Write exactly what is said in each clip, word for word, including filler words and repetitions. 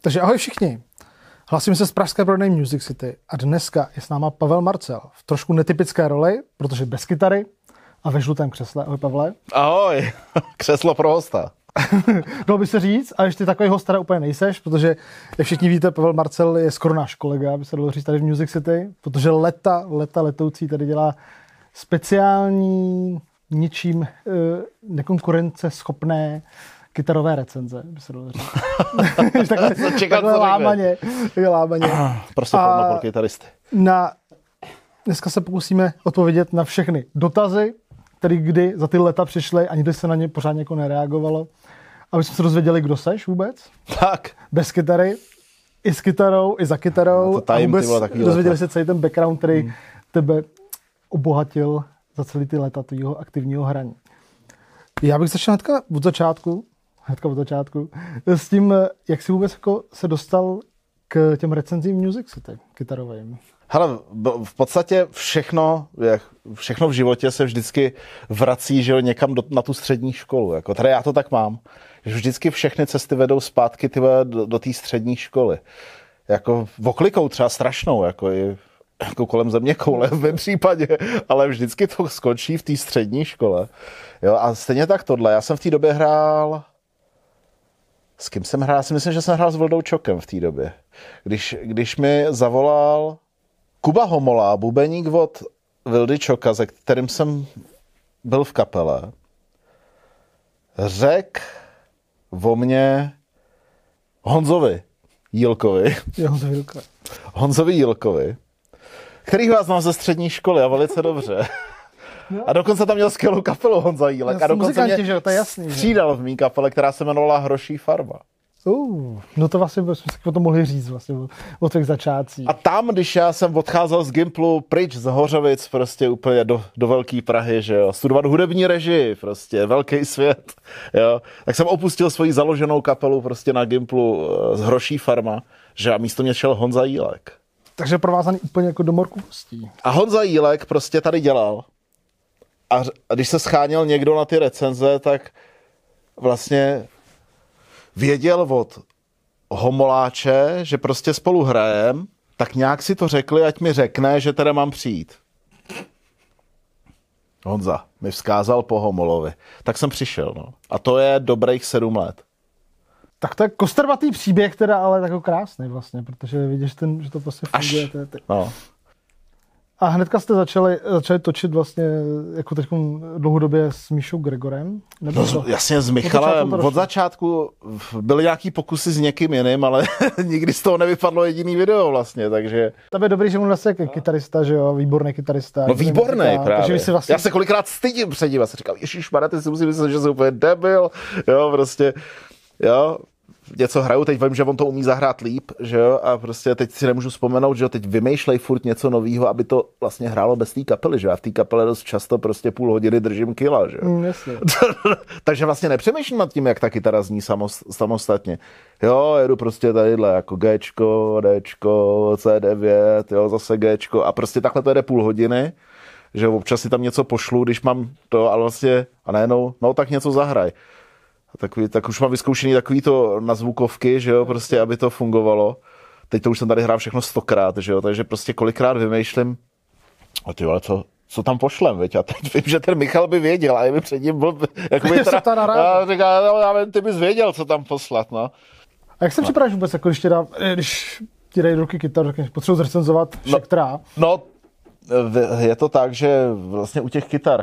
Takže ahoj všichni. Hlasíme se z pražské prodejny Music City a dneska je s náma Pavel Marcel v trošku netypické roli, protože bez kytary a ve žlutém křesle. Ahoj Pavle. Ahoj, křeslo pro hosta. Dalo by se říct, a ještě takový host teda úplně nejseš, protože, jak všichni víte, Pavel Marcel je skoro náš kolega, by se dalo říct tady v Music City, protože leta, leta letoucí tady dělá speciální, ničím e, nekonkurence schopné kytarové recenze, by se dalo říct. takhle Čekal, takhle lámaně. Takhle lámaně. Prostě porno pro kytaristy. Na, dneska se pokusíme odpovědět na všechny dotazy, které kdy za ty leta přišly a nikdy se na ně pořádně jako nereagovalo. Aby jsme se dozvěděli, kdo seš vůbec. Tak. Bez kytary, i s kytarou, i za kytarou. No tajím, a vůbec dozvěděli se celý ten background, který hmm. tebe obohatil za celý ty leta tvýho aktivního hraní. Já bych začal hnedka od začátku, hnedka od začátku, s tím, jak jsi vůbec jako se dostal k těm recenzím Music City kytarovým. Hele, v podstatě všechno, všechno v životě se vždycky vrací, že jo, někam do, na tu střední školu. Jako tady já to tak mám, že vždycky všechny cesty vedou zpátky tyhle, do, do té střední školy. Jako oklikou třeba strašnou, jako i jako kolem země koule v mém případě, ale vždycky to skončí v té střední škole. Jo, a stejně tak tohle. Já jsem v té době hrál... S kým jsem hrál? Já si myslím, že jsem hrál s Vildou Čokem v té době. Když, když mi zavolal Kuba Homola, bubeník od Vildy Čoka, se kterým jsem byl v kapele, řekl o mě Honzovi Jílkovi. Honzovi, Honzovi Jílkovi, který vás znám ze střední školy a velice dobře. No. A dokonce tam měl skvělou kapelu Honza Jílek. A dokonce mě že, to je jasný, střídal že? v mý kapele, která se jmenovala Hroší farma. Uh, no to vlastně jsme si o tom mohli říct vlastně o těch začátcích. A tam, když já jsem odcházel z Gimplu pryč z Hořovic prostě úplně do, do velké Prahy, že jo, studovat hudební režii, prostě velký svět, jo, tak jsem opustil svoji založenou kapelu prostě na Gimplu z Hroší farma, že a místo mě šel Honza Jílek. Takže provázaný úplně jako do morkůstí. A Honza Jílek prostě tady dělal. A, a když se scháněl někdo na ty recenze, tak vlastně věděl od Homoláče, že prostě spolu hrajem, tak nějak si to řekli, ať mi řekne, že teda mám přijít. Honza mi vzkázal po Homolovi. Tak jsem přišel, no. A to je dobrých sedm let. Tak to je kostrbatý příběh teda, ale takový krásný vlastně, protože vidíš, ten, že to prostě funguje. Až, ty, ty. No. A hnedka jste začali, začali točit vlastně jako teď dlouhodobě s Míšou Gregorem? Nebo no, jasně s Michalem. Od začátku byly nějaký pokusy s někým jiným, ale nikdy z toho nevypadlo jediný video vlastně, takže... To je dobrý, že on vlastně je kytarista, že jo, výborný kytarista. No výborný muzika, právě. Si vlastně... Já se kolikrát stydím před ním a jsem říkal, ježišmarja, ty si musím myslet, že jsem úplně debil, jo, prostě, jo... něco hraju, teď vím, že on to umí zahrát líp, že jo, a prostě teď si nemůžu vzpomenout, že jo, teď vymýšlej furt něco novýho, aby to vlastně hrálo bez té kapely, že jo, a v té kapele dost často prostě půl hodiny držím kila, že jo. Mm, Takže vlastně nepřemýšlím nad tím, jak ta kytara zní samostatně. Jo, jedu prostě tadyhle jako Gčko, Dčko, C devět, jo, zase Gčko a prostě takhle to jede půl hodiny, že občas si tam něco pošlu, když mám to, ale vlastně, a najednou, no tak něco zahraj. Takový, tak už mám vyzkoušený takový to na zvukovky, že jo, prostě, aby to fungovalo. Teď to už jsem tady hrál všechno stokrát, že jo, takže prostě kolikrát vymýšlím, a ty vole, co, co tam pošlem, viď? A teď vím, že ten Michal by věděl, a je mi před ním byl, jakoby teda, já říkám, no, já vím, ty bys věděl, co tam poslat, no. A jak se no. připravíš vůbec, jako když ti dá, když ti dají do ruky kytaru, řekneš, potřebuji zrecenzovat Šektra? No, no, je to tak, že vlastně u těch kytar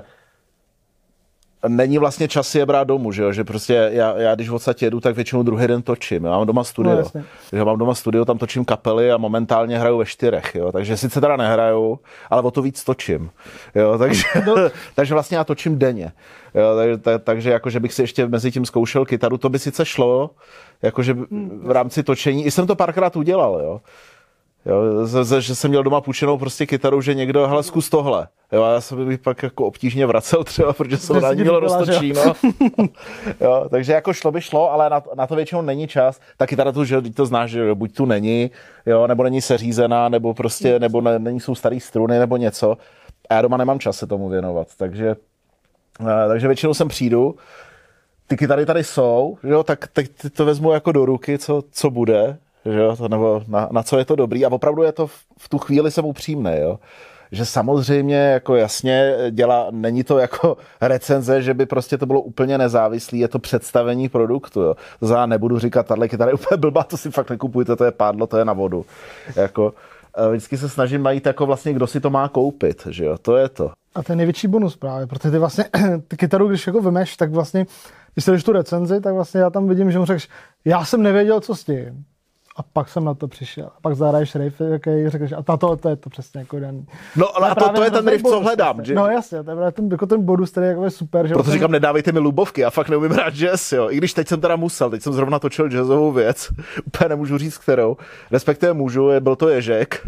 není vlastně čas si je brát domů, že jo? Že prostě já, já když odsaď jedu, tak většinou druhý den točím. Já mám doma studio. No, takže mám doma studio, tam točím kapely a momentálně hraju ve čtyřech, jo? Takže sice teda nehraju, ale o to víc točím. Jo? Takže, no. takže vlastně já točím denně. Jo? Takže, tak, takže jakože bych si ještě mezi tím zkoušel kytaru, to by sice šlo, jakože v rámci točení, i jsem to párkrát udělal, jo? Jo, že jsem měl doma půjčenou prostě kytaru, že někdo, hele, zkus tohle. Jo, a já jsem bych pak jako obtížně vracel třeba, protože jsem na ní měl roztočí, no. Jo, takže jako šlo by šlo, ale na, na to většinou není čas. Ta kytara tu, že to znáš, že buď tu není, jo, nebo není seřízená, nebo prostě, nebo ne, není jsou starý struny, nebo něco. A já doma nemám čas se tomu věnovat, takže, takže většinou sem přijdu. Ty kytary tady jsou, jo, tak teď to vezmu jako do ruky, co, co bude. že jo, to, nebo na, na co je to dobrý a opravdu je to v, v tu chvíli jsem upřímný, jo. Že samozřejmě jako jasně dělá, není to jako recenze, že by prostě to bylo úplně nezávislý, je to představení produktu, jo. To znamená, nebudu říkat, tahle kytara je úplně blbá, to si fakt nekupujte, to je pádlo, to je na vodu. Jako, vždycky se snažím najít jako vlastně, kdo si to má koupit, že jo, to je to. A to je největší bonus právě, protože ty vlastně, ty kytaru, když jako vemeš, tak vlastně, když jdeš tu recenzi, tak vlastně já tam vidím, že mu řekneš, já jsem nevěděl, co s tím. A pak jsem na to přišel. A pak zahraješ riff, jaký řekneš, a to, to je to přesně jako daný. No ale a to, to je ten riff, co hledám. Že? No jasně, to je ten, jako ten bonus, který je jako super. Že Proto ten... říkám, nedávejte mi lubovky, já fakt neumím hrát jazz, jo. I když teď jsem teda musel, teď jsem zrovna točil jazzovou věc, úplně nemůžu říct kterou, respektive můžu, byl to Ježek.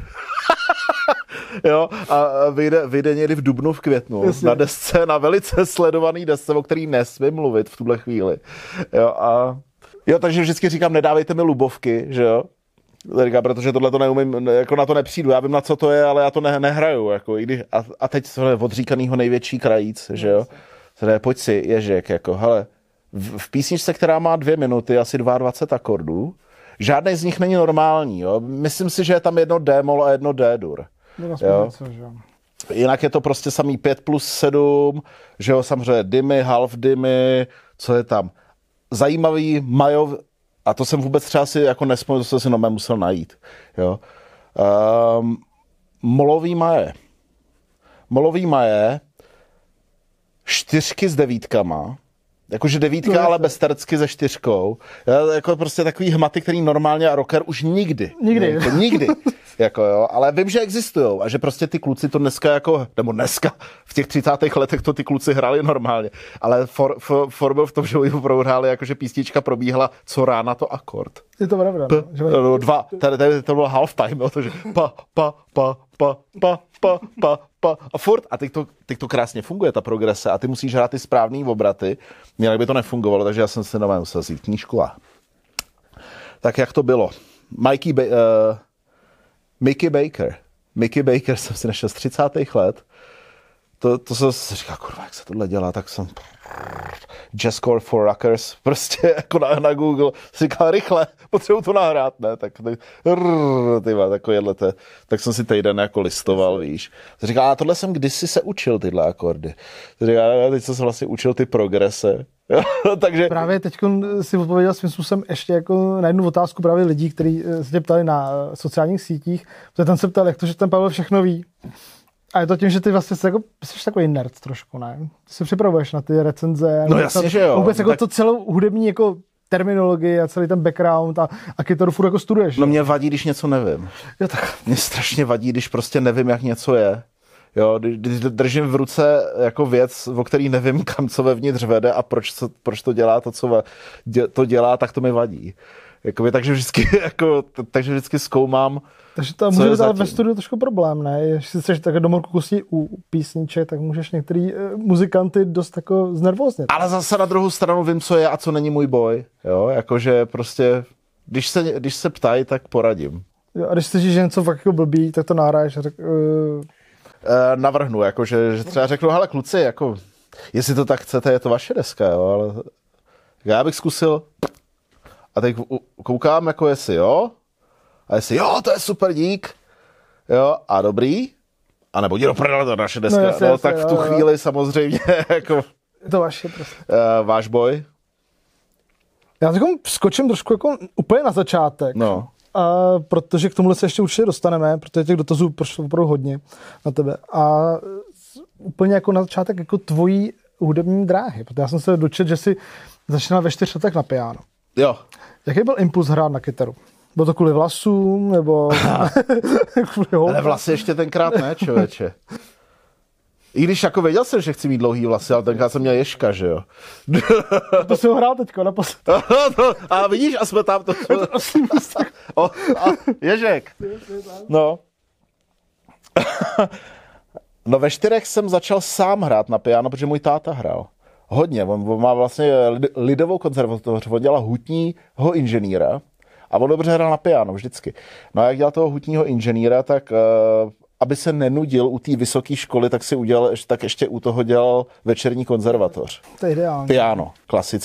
Jo, a vyjde, vyjde někdy v dubnu, v květnu, jasně. Na desce, na velice sledovaný desce, o který nesmím mluvit v tuhle chvíli. Jo, a... Jo, takže vždycky říkám, nedávejte mi lubovky, že jo? Říkám, protože tohle to neumím, jako na to nepřijdu. Já vím, na co to je, ale já to ne, nehraju. Jako, i když, a, a teď to je odříkanýho největší krajíc, že jo? Tedy, pojď si, Ježek, jako, hele, v, v písničce, která má dvě minuty, asi dvacet dva akordů, žádný z nich není normální, jo? Myslím si, že je tam jedno D-mol a jedno D-dur. Jo? Jinak je to prostě samý pět plus sedm, že jo, samozřejmě dymy, half dymy, co je tam? Zajímavý majov, a to jsem vůbec třeba si jako nespomněl, to jsem si nové musel najít. Jo. Um, molový maje. Molový maje, čtyřky s devítkama, jakože devítka, no, ale bez tercky se čtyřkou. Já, jako prostě takový hmaty, který normálně a rocker už nikdy. Nikdy. Jako nikdy. Jako jo, ale vím, že existujou a že prostě ty kluci to dneska jako, nebo dneska, v těch třicátých letech to ty kluci hráli normálně, ale for, for, for byl v tom, že oni opravdu hráli, jakože písnička probíhala co rána to akord. Je to pravda. P, no, dva, tady, tady to bylo half time, jo, takže pa, pa, pa, pa, pa, pa, pa, pa, a furt, a teď to, teď to krásně funguje, ta progrese, a ty musíš hrát ty správný obraty, jinak by to nefungovalo, takže já jsem si nové musel vzít knížku a tak jak to bylo. Mikey, ba- uh, Mickey Baker. Mickey Baker jsem si našel z třicátých let. To, to jsem si říkal, kurva, jak se tohle dělá, tak jsem Jazzcore for Rockers, prostě jako na, na Google, říkal rychle, potřebuji to nahrát, ne, tak tyva, takovýhle, te, tak jsem si týden jako listoval, víš. Říkal, a tohle jsem kdysi se učil, tyhle akordy. Říkal, teď jsem se vlastně učil ty progrese. Takže... Právě teď si odpověděl svým způsobem ještě jako na jednu otázku právě lidí, kteří se tě ptali na sociálních sítích, protože tam se ptal, jak to, že ten Pavel všechno ví. A je to tím, že ty vlastně jsi, jako, jsi takový nerd trošku, ne? Ty se připravuješ na ty recenze. No jasně, to, že jo. Vůbec jako tak... to celou hudební jako terminologii a celý ten background a, a kytaru furt jako studuješ. No mě vadí, když něco nevím. Jo, tak. Mě strašně vadí, když prostě nevím, jak něco je. Jo, když držím v ruce jako věc, o který nevím, kam co vevnitř vede a proč, co, proč to dělá to, co to dělá, tak to mi vadí. Jakoby, takže, vždycky, jako, takže vždycky zkoumám. Takže to může být ale ve studiu trošku problém, ne? Jestli jsi tak do morku kostí u písniček, tak můžeš některý uh, muzikanty dost jako znervóznit. Ale zase na druhou stranu vím, co je a co není můj boj. Jo, jakože prostě, když se, když se ptají, tak poradím. Jo, a když slyšíš, že něco fakt jako blbý, tak to nahráš a řek... Uh... E, navrhnu, jakože že třeba řeknu, hele kluci, jako, jestli to tak chcete, je to vaše deska, jo, ale já bych zkusil a teď koukám, jako jestli jo, a jestli jo, to je super, dík, jo, a dobrý, a nebo jdi do prdele, to naše deska, no, jasně, no jasně, tak v tu jo, chvíli jo. Samozřejmě, jako... Je to vaše prostě. Uh, váš boj? Já teď skočím trošku jako úplně na začátek. No. A protože k tomuhle se ještě určitě dostaneme, protože těch dotazů prošlo opravdu hodně na tebe. A úplně jako na začátek jako tvojí hudební dráhy, protože já jsem se dočetl, že jsi začínal ve čtyřech letech na piano. Jo. Jaký byl impuls hrát na kytaru? Bylo to kvůli vlasům, nebo kvůli holkám? Ale vlasy ještě tenkrát ne, člověče. I když jako věděl jsem, že chci mít dlouhý vlasy, ale tenkrát jsem měl Ježka, že jo. To jsem ho hrál teďko naposled. A vidíš, a jsme tam to... o, a Ježek. No. No ve čtyřech jsem začal sám hrát na piano, protože můj táta hrál. Hodně, on má vlastně lidovou konzervatoř, on dělal hutního inženýra a on dobře hrál na piano vždycky. No a jak dělal toho hutního inženýra, tak... Uh, aby se nenudil u té vysoké školy, tak si udělal, tak ještě u toho dělal večerní konzervatoř. To je ideální. Piano, klasický.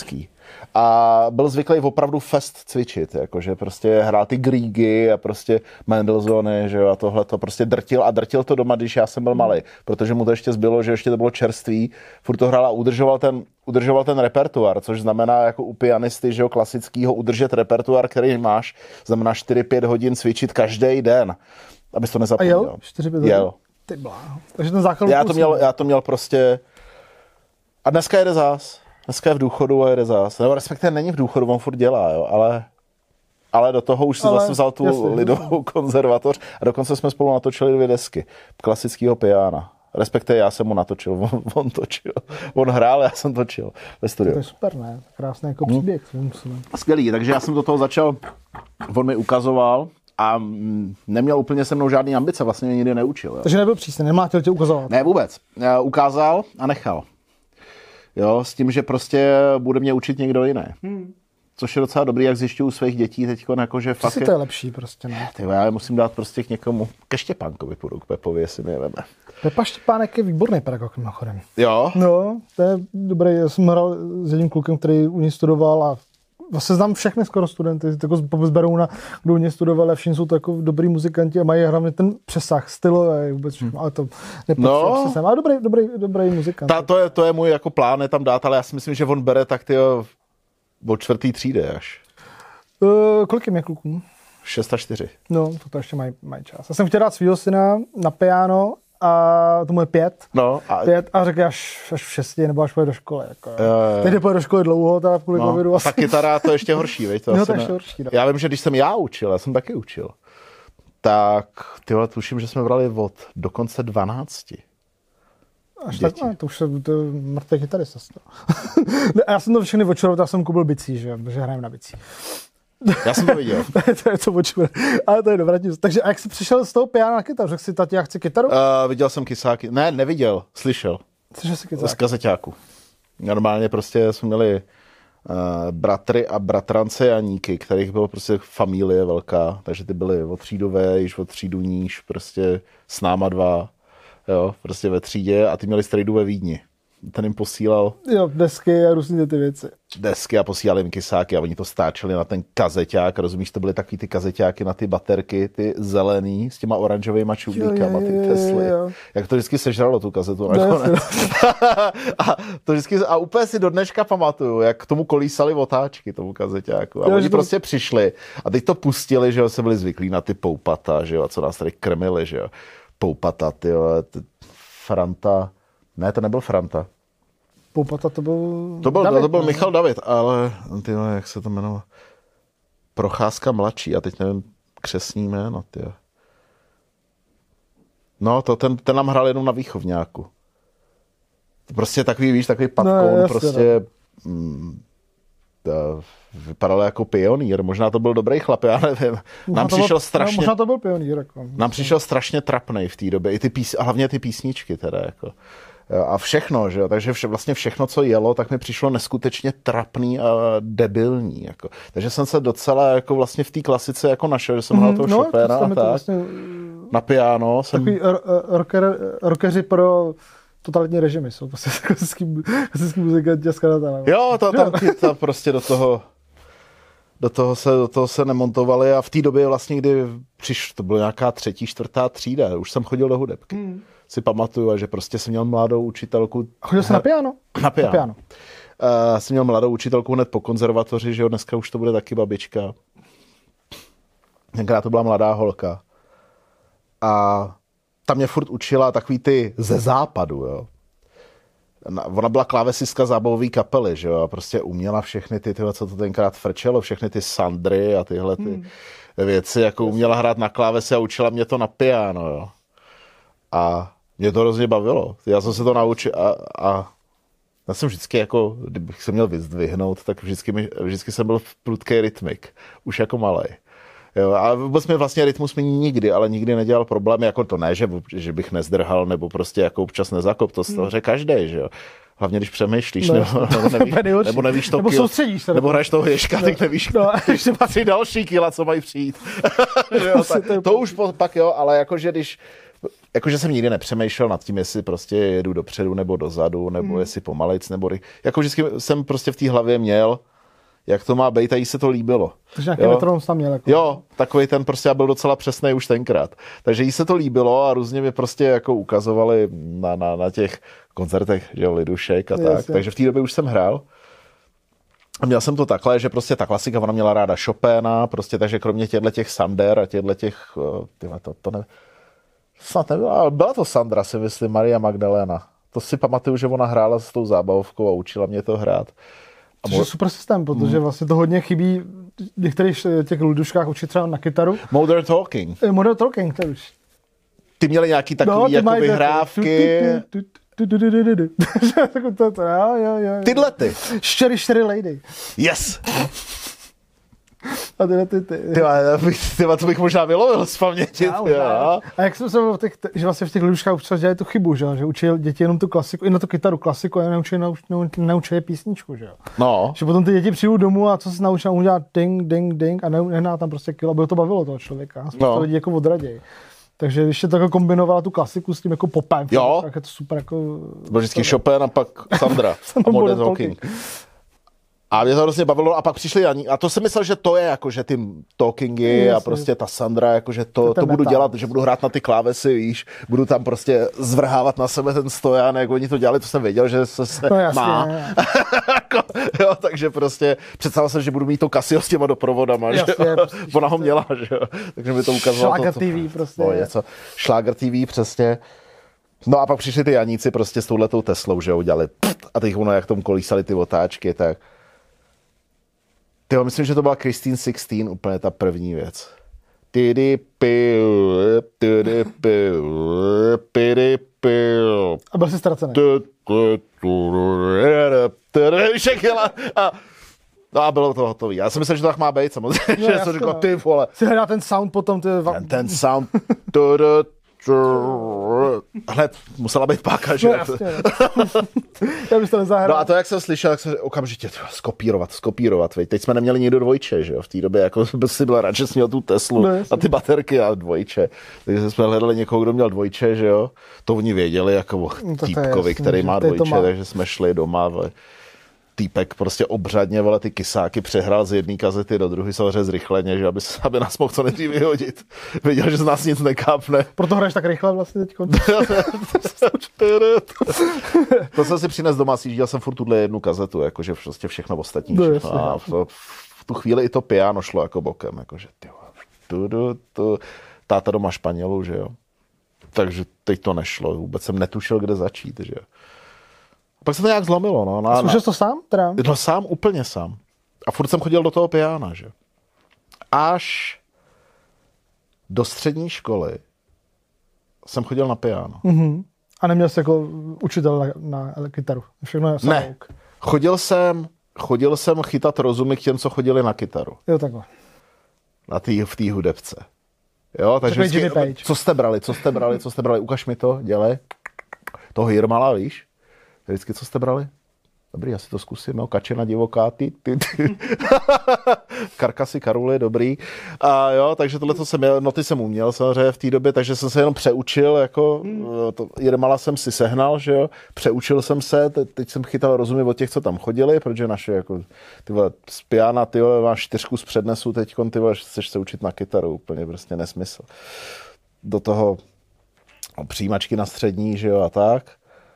A byl zvyklý opravdu fest cvičit, jakože prostě hrál ty Griegy a prostě Mendelssohny, že jo, a tohle to prostě drtil a drtil to doma, když já jsem byl malý, protože mu to ještě zbylo, že ještě to bylo čerstvý, furt to hrál a udržoval ten, udržoval ten repertoár, což znamená jako u pianisty, že jo, klasickýho udržet repertoár, který máš, znamená čtyři pět hodin cvičit každý den, abys to nezapomněl. A jel? čtyři pět hodin? Jel. Ty bláho. Takže ten základ... Já to měl, já to měl prostě... A dneska jede zás. Dneska je v důchodu a jede zás. Nebo respektive není v důchodu, on furt dělá, jo, ale... Ale do toho už si zase vzal tu jasný, lidovou konzervatoř a dokonce jsme spolu natočili dvě desky klasického piana. Respektive já jsem mu natočil, on, on točil. On hrál, já jsem točil ve studiu. To je super, ne? Krásný jako příběh. Hmm. Skvělý, takže já jsem do toho začal, on mi ukazoval a neměl úplně se mnou žádný ambice, vlastně mě nikdy neučil. Jo. Takže nebyl přísný, nemá chtěl tě ukazovat. Ne, vůbec. Ukázal a nechal. Jo, s tím, že prostě bude mě učit někdo jiný. Hmm. Což je docela dobrý, jak zjišťuju u svých dětí teď, jakože fakt je... to je lepší prostě, ne? Tyjo, já je musím dát prostě k někomu, ke Štěpánkovi půjdu, k Pepovi, jestli mě veme. Pepa Štěpánek je výborný pedagog, mimochodem. Jo? No, to je dobrý, já jsem hrál s jedním klukem, který u něj studoval a vlastně znám všechny skoro studenty, jako z Berouna, kdo u něj studoval a všichni jsou to jako dobrý muzikanti a mají hlavně ten přesah, styl, vůbec všechno, hmm. ale to nepatří no. sem. Ale dobrý, dobrý, dobrý muzikant. Ta, to, je, to je můj jako plán, je tam dát, ale já si myslím, že on bere tak tyjo, od čtvrtý třídy až. Uh, kolik je mě kluků? Šest a čtyři. No, to, to ještě mají maj čas. Já jsem chtěl dát svýho syna na piano a tomu je pět. No, a... pět a řekl až, až v šesti, nebo až pojde do školy. Jako, uh, Teď pojde do školy dlouho, teda kvůli no, covidu. Ta kytara, to je ještě horší, veď? To no, asi to ne... ještě horší. No. Já vím, že když jsem já učil, já jsem taky učil, tak tyhle tuším, že jsme brali od dokonce dvanácti. Až děti. Tak, ne, to už je mrtvý kytarista. Já jsem to všechny očuroval, já jsem koupil bicí, že, že hrajem na bicí. Já jsem to viděl. To je to očuroval. Ale to je dobré. Takže a jak jsi přišel z toho piana na kytaru? Řekl jsi, tati, já chci kytaru? Uh, viděl jsem kysáky. Ne, neviděl, slyšel. Slyšel jsi kysáky? Z kazeťáku. Normálně prostě jsme měli uh, bratry a bratrance Janíky, kterých bylo prostě familie velká, takže ty byly od třídu vejš, od třídu níž, prostě s náma dva. Jo, prostě ve třídě a ty měli strejdu ve Vídni. Ten jim posílal... Jo, desky a různé ty věci. Desky a posílali jim kysáky a oni to stáčeli na ten kazeťák, rozumíš, to byly takový ty kazeťáky na ty baterky, ty zelený, s těma oranžovýma čudlíkama, ty Tesly. Jo, jo. Jak to vždycky sežralo tu kazetu nakonec. a to vždycky, a úplně si do dneška pamatuju, jak k tomu kolísali otáčky, tomu kazeťáku. A jo, oni to... prostě přišli a teď to pustili, že jo, se byli zvyklí na ty poupata, že jo, a co nás tady krmili, že jo. Poupata, tyjo, Franta, ne, to nebyl Franta. Poupata to byl To byl, David, to byl ne? Michal David, ale tyjo, jak se to jmenovalo? Procházka mladší, a teď nevím křestní jméno, tyjo. No, to, ten, ten nám hrál jenom na výchovňáku. Prostě takový, víš, takový patkoun, no, prostě... Mm, to vypadalo jako pionýr, možná to byl dobrý chlap, já nevím. Nám přišel byl, strašně... No, možná to byl pionýr. Jako. Nám přišel strašně trapnej v té době, i ty pís, a hlavně ty písničky teda, jako. A všechno, že jo, takže vše, vlastně všechno, co jelo, tak mi přišlo neskutečně trapný a debilní, jako. Takže jsem se docela jako vlastně v té klasice jako našel, že jsem hrál toho no, Chopina a tak, vlastně... na piano. Jsem... Takový rocker, rockeři pro totalitní režimy jsou prostě klasický, klasický muzikanti a skladatelé. Jo, to, tam ty, ta prostě do toho do toho se, do toho se nemontovali a v té době vlastně, kdy přišlo, to bylo nějaká třetí, čtvrtá třída, už jsem chodil do hudebky. Hmm. Si pamatuju, že prostě jsem měl mladou učitelku. A chodil jsi na piano? Na piano. Na piano. Uh, jsem měl mladou učitelku hned po konzervatoři, že jo, dneska už to bude taky babička. Tenkrát to byla mladá holka. A ta mě furt učila takový ty ze západu, jo. Ona byla klávesistka zábavové kapely, že jo, a prostě uměla všechny ty, tyhle, co to tenkrát frčelo, všechny ty Sandry a tyhle ty hmm. věci, jako uměla hrát na klávesi a učila mě to na piano, jo. A mě to hrozně bavilo. Já jsem se to naučil a, a já jsem vždycky jako, kdybych se měl vyzdvihnout, tak vždycky, mi, vždycky jsem byl prudký rytmik, už jako malej. Jo, a vůbec mi vlastně rytmus mi nikdy, ale nikdy nedělal problémy, jako to ne, že, že bych nezdrhal, nebo prostě jako občas nezakop, to hmm. řekl každej, že jo. Hlavně když přemýšlíš, no, nebo, nebo, nevíš, nebo nevíš to nebo soustředíš se. Nebo hraješ toho ježka, no. Tak nevíš, no. Když se patří další kila, co mají přijít. jo, tak, to už pak jo, ale jakože když, jakože jsem nikdy nepřemýšlel nad tím, jestli prostě jedu dopředu nebo dozadu, nebo hmm. jestli pomalejc, nebo jakože jsem prostě v té hlavě měl, jak to má být, a jí se to líbilo. Takže nějaký metronom tam měl. Jako. Jo, takový ten prostě, já byl docela přesnej už tenkrát. Takže jí se to líbilo a různě mi prostě jako ukazovali na, na, na těch koncertech, že jo, Lidušek a tak. Jasně. Takže v té době už jsem hrál. A měl jsem to takhle, že prostě ta klasika, ona měla ráda Chopina, prostě, takže kromě těchto těch Sander a těchto těch, tyhle, to, to ne, snad nebyla, ale byla to Sandra, si myslím, Maria Magdalena. To si pamatuju, že ona hrála s tou zábavovkou a učila mě to hrát. A Což je super systém, protože hmm. vlastně to hodně chybí v některých těch luduškách učit třeba na kytaru. Modern Talking. Modern Talking, to už. Ty měli nějaký takový no, jako vyhrávky. Tyhle ty. Čtyři, čtyři lady. Yes. A tyhle ty ty. Tyhle, tyhle, to bych možná vylovil z paměti. A jak jsem se v těch, že vlastně v těch luduškách už dělali tu chybu, že, že učili děti jenom tu klasiku, i na tu kytaru klasiku, a neučili, neučili písničku, že jo. No. Že potom ty děti přijdou domů a co se naučí, udělat ding, ding, ding a nehná tam prostě kilo, aby to bavilo toho člověka. Spousta no. lidí jako odraděj. Takže když je to jako kombinovala tu klasiku s tím jako popem, jo. tak je to super jako... Byl vždycky Chopin a pak Sandra a Modern Talking. A mě to hrozně bavilo a pak přišli Janí. A to jsem myslel, že to je jako, že ty talkingy jasně. a prostě ta Sandra, jako, že to, to, to budu dělat, že budu hrát na ty klávesy, víš, budu tam prostě zvrhávat na sebe ten stojan, jak oni to dělali, to jsem věděl, že se, se no, jasně, má. Jo, takže prostě představil jsem, že budu mít to Casio s těma doprovodama, jasně, že prostě, ona ho měla, že jo. Takže mi to ukazovalo. Šláger to, T V prostě. No, něco. Šláger T V, přesně. No a pak přišli ty Janíci prostě s touhletou Teslou, že jo, udělali a teď ono, jak tom kolísali ty otáčky, tak tyjo, myslím, že to byla Christine šestnáct, úplně ta první věc. A byl jsi ztracený. A, no a bylo to hotový. Já jsem myslel, že to tak má být, samozřejmě. No, že jsem říkal, ty vole. Si hledá ten sound potom. Ty... Ten, ten sound. Hned musela být páka, že? No, jasně, já bych to nezahrál. No a to, jak jsem slyšel, jak jsem okamžitě tyjo, skopírovat, skopírovat. Veď. Teď jsme neměli nikdo dvojče, že jo? V té době jako si byl rád, že jsi měl tu Teslu no, a ty baterky a dvojče. Takže jsme hledali někoho, kdo měl dvojče, že jo? To oni věděli jako no, týpkovi, který má dvojče, má. Takže jsme šli doma. Vle. Týpek prostě obřadně, vole, ty kysáky přehrál z jedné kazety do druhé, samozřejmě zrychleně, že aby, aby nás mohl co nejdřív vyhodit. Věděl, že z nás nic nekápne. Proto hraješ tak rychle vlastně teď. To jsem si přines doma, sjížděl jsem furt tuhle jednu kazetu, jakože prostě všechno ostatní. No, všechno. A v, v tu chvíli i to piano šlo jako bokem, jakože tyjo, tu, tu, tu. Táta doma Španělu, že jo. Takže teď to nešlo, vůbec jsem netušil, kde začít, že jo. Pak se to nějak zlomilo, no. Na, Zkušel jsi to sám? Teda? No sám, úplně sám. A furt jsem chodil do toho piana, že? Až do střední školy jsem chodil na piano. Mm-hmm. A neměl jsi jako učitel na, na kytaru? Všechno je ne. Chodil jsem, chodil jsem chytat rozumy k těm, co chodili na kytaru. Jo, takhle. Na tý, v té hudebce. Jo, takže vždycky, co jste brali, co jste brali, co jste brali, ukaž mi to, dělej. Toho Jirmala, víš? Vždycky, co jste brali? Dobrý, já si to zkusím, no, Kačena divoká, ty, ty, ty. Karkasy, karuly, dobrý. A jo, takže tohle to jsem, noty jsem uměl samozřejmě v té době, takže jsem se jenom přeučil, jako, hmm. to, Jirmala jsem si sehnal, že jo, přeučil jsem se, te, teď jsem chytal rozumy od těch, co tam chodili, protože naše, jako, ty vole, z piana, ty vole, máš čtyřku z přednesu teďkon, ty vole, chceš se učit na kytaru, úplně prostě nesmysl. Do toho no, přijímačky na střední, že jo, a tak.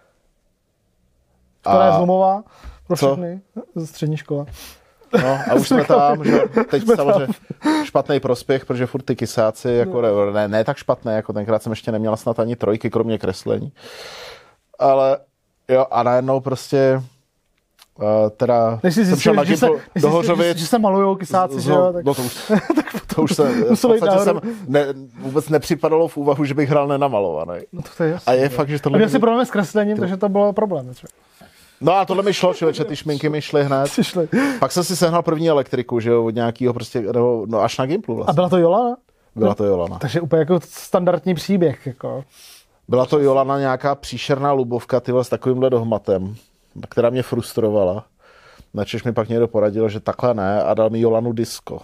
Která je zlomová pro všechny ze střední škola. No a už jsme tam, že teď samozřejmě špatný prospěch, protože furt ty kysáci, jako no. ne, ne tak špatné, jako tenkrát jsem ještě neměla snad ani trojky, kromě kreslení. Ale jo, a najednou prostě uh, teda než jsem šel na Gimplu do Hořovic. Že se malujou kysáci, že jo? Tak... No to už, to už se, v podstatě jsem ne, vůbec nepřipadalo v úvahu, že bych hrál nenamalovaný. No to, to je jasný. A je fakt, že tohle... A měl si problém s kreslením, to... takže to bylo problém. Třeba. No a tohle mi šlo, člověče, ty šminky mi šly hned. Pak jsem si sehnal první elektriku, že jo, od nějakého prostě, nebo, no až na Gimplu vlastně. A byla to Jolana? Byla to Jolana. Takže úplně jako standardní příběh, jako. Byla to Jolana, nějaká příšerná lubovka, tyhle, s takovýmhle dohmatem, která mě frustrovala. Načež mi pak někdo poradil, že takhle ne, a dal mi Jolanu disco.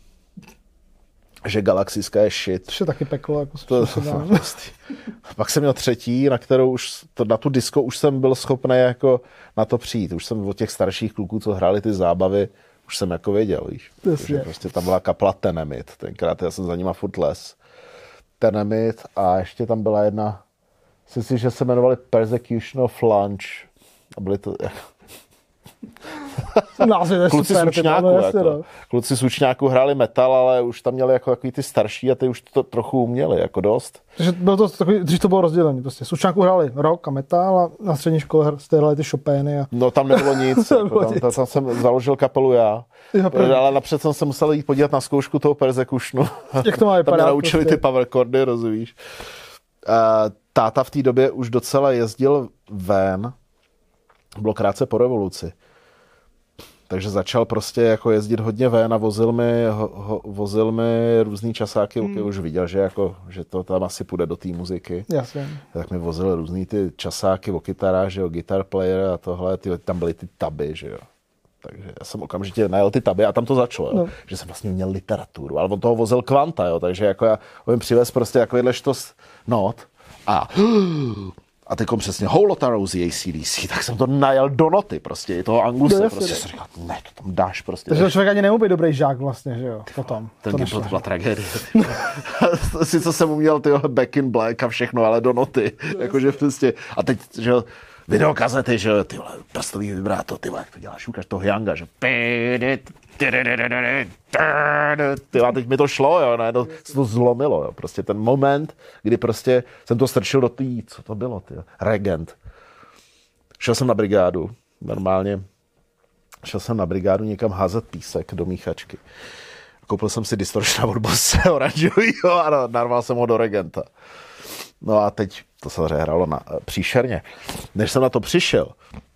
Že Galaxiska je shit. To je taky peklo, jako to, Pak jsem měl třetí, na kterou už, to, na tu disco už jsem byl schopný jako na to přijít. Už jsem od těch starších kluků, co hráli ty zábavy, už jsem jako věděl, víš. Že prostě tam byla kapela Tenemit, tenkrát já jsem za nima furt les. Tenemit a ještě tam byla jedna, myslím si, že se jmenovali Persecution of Lunch. A byly to... kluci z Učňáku, jako. No. Kluci z Učňáku hráli metal, ale už tam měli jako takový ty starší a ty už to trochu uměli, jako dost. Takže bylo to takový, dřív to bylo rozdělení, prostě. Z Učňáku hráli rock a metal a na střední škole jste hráli ty Chopiny. A... No tam nebylo nic, jako, tam, tam, tam jsem založil kapelu já, jo, ale napřed jsem se musel jít podívat na zkoušku toho Persecutionu. Jak to má vypadat? Tam mě naučili prostě. ty power chordy, rozumíš. Uh, táta v té době už docela jezdil ven, bylo krátce po revoluci. Takže začal prostě jako jezdit hodně ven a vozil mi, ho, ho, vozil mi různý časáky, hmm. už viděl, že, jako, že to tam asi půjde do té muziky. Jasně. Tak mi vozil různý ty časáky o kytarách, že jo, guitar player a tohle, ty, tam byly ty taby, že jo. Takže já jsem okamžitě najel ty taby a tam to začalo, jo. No. Že jsem vlastně měl literaturu, ale on toho vozil kvanta, jo, takže jako já ho přivez prostě jako jedle štos not a... A teď přesně Whole Lotta Rosie A C D C, tak jsem to najel do noty prostě, toho Angluse, no, prostě jsem říkal, ne, to tam dáš prostě. Takže člověk ani nemohl být dobrý žák vlastně, že jo, potom. Ten to to byla tragédie. Sice jsem uměl tyho Back in Black a všechno, ale do noty, jakože prostě, a teď, že jo, videokazety, že jo, ty vole, prstový vibráto, ty vole, jak to děláš, ukáž toho Younga, že ty a teď mi to šlo, jo, ne, to, to zlomilo, jo, prostě ten moment, kdy prostě jsem to strčil do tý, co to bylo, ty, Regent. Šel jsem na brigádu, normálně, šel jsem na brigádu někam házet písek do míchačky. Koupil jsem si distortiona od Bosse oranžovýho a narval jsem ho do Regenta. No a teď to samozřejmě hrálo na, příšerně. Než jsem na to přišel,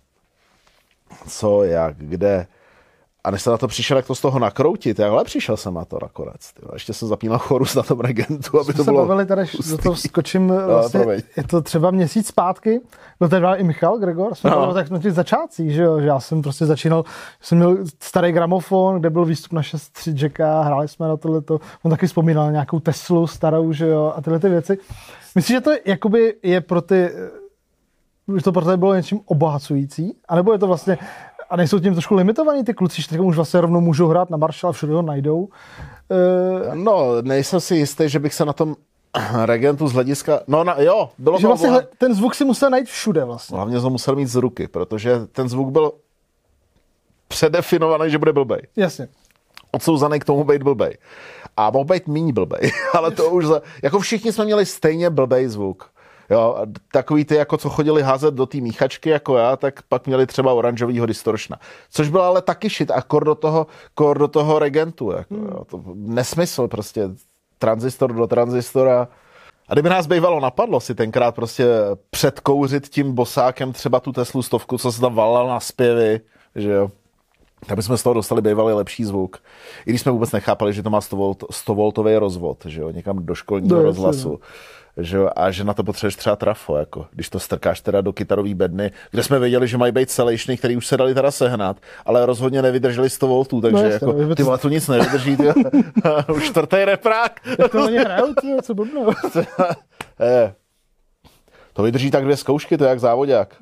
co, jak, kde, a než jsem na to přišel, jak to z toho nakroutit, jakhle přišel jsem na to nakonec. Tyjo. Ještě jsem zapínal chorus na tom Regentu, aby to bylo bavili, tady do toho skočím, vlastně, no, je to třeba měsíc zpátky, byl tady i Michal Gregor, jsme no. tak na těch začátcích, že jo, že já jsem prostě začínal, jsem měl starý gramofon, kde byl výstup na šest tři jacka, hráli jsme na tohleto, on taky vzpomínal nějakou Teslu starou, že jo, a tyhle ty věci. Myslím, že to jakoby je pro ty, že to pro tebe bylo něčím obohacující, anebo je to vlastně, a nejsou tím trošku limitovaní ty kluci, že už vlastně rovnou můžou hrát na Marshall a všude ho najdou? Uh, no, nejsem si jistý, že bych se na tom Regentu z hlediska, no na, jo, bylo že vlastně oboha... ten zvuk si musel najít všude vlastně. Hlavně to musel mít z ruky, protože ten zvuk byl předefinovaný, že bude blbej. Jasně. Odsouzaný k tomu být blbej. A mohl být míň blbej, ale to už, za, jako všichni jsme měli stejně blbej zvuk. Jo, takový ty, jako co chodili házet do té míchačky, jako já, tak pak měli třeba oranžovýho distortiona. Což byl ale taky shit a kor do toho, kor do toho Regentu, jako, hmm. jo, to nesmysl prostě, tranzistor do tranzistora. A kdyby nás bývalo napadlo si tenkrát prostě předkouřit tím bosákem třeba tu Teslu stovku, co se tam valal na zpěvy, že jo, tak bychom z toho dostali bývalý lepší zvuk. I když jsme vůbec nechápali, že to má sto voltový rozvod, že jo, někam do školního no, rozhlasu. Že jo, a že na to potřebuješ třeba trafo, jako, když to strkáš teda do kytarový bedny, kde jsme věděli, že mají být celejšny, který už se dali teda sehnat, ale rozhodně nevydrželi sto voltů, takže no, jako, jasně, ty vole, to nic nevydrží, ty už čtvrtý reprák. Jak to oni hrajou, ty, co blbnou. To vydrží tak dvě zkoušky, to je jak závodák.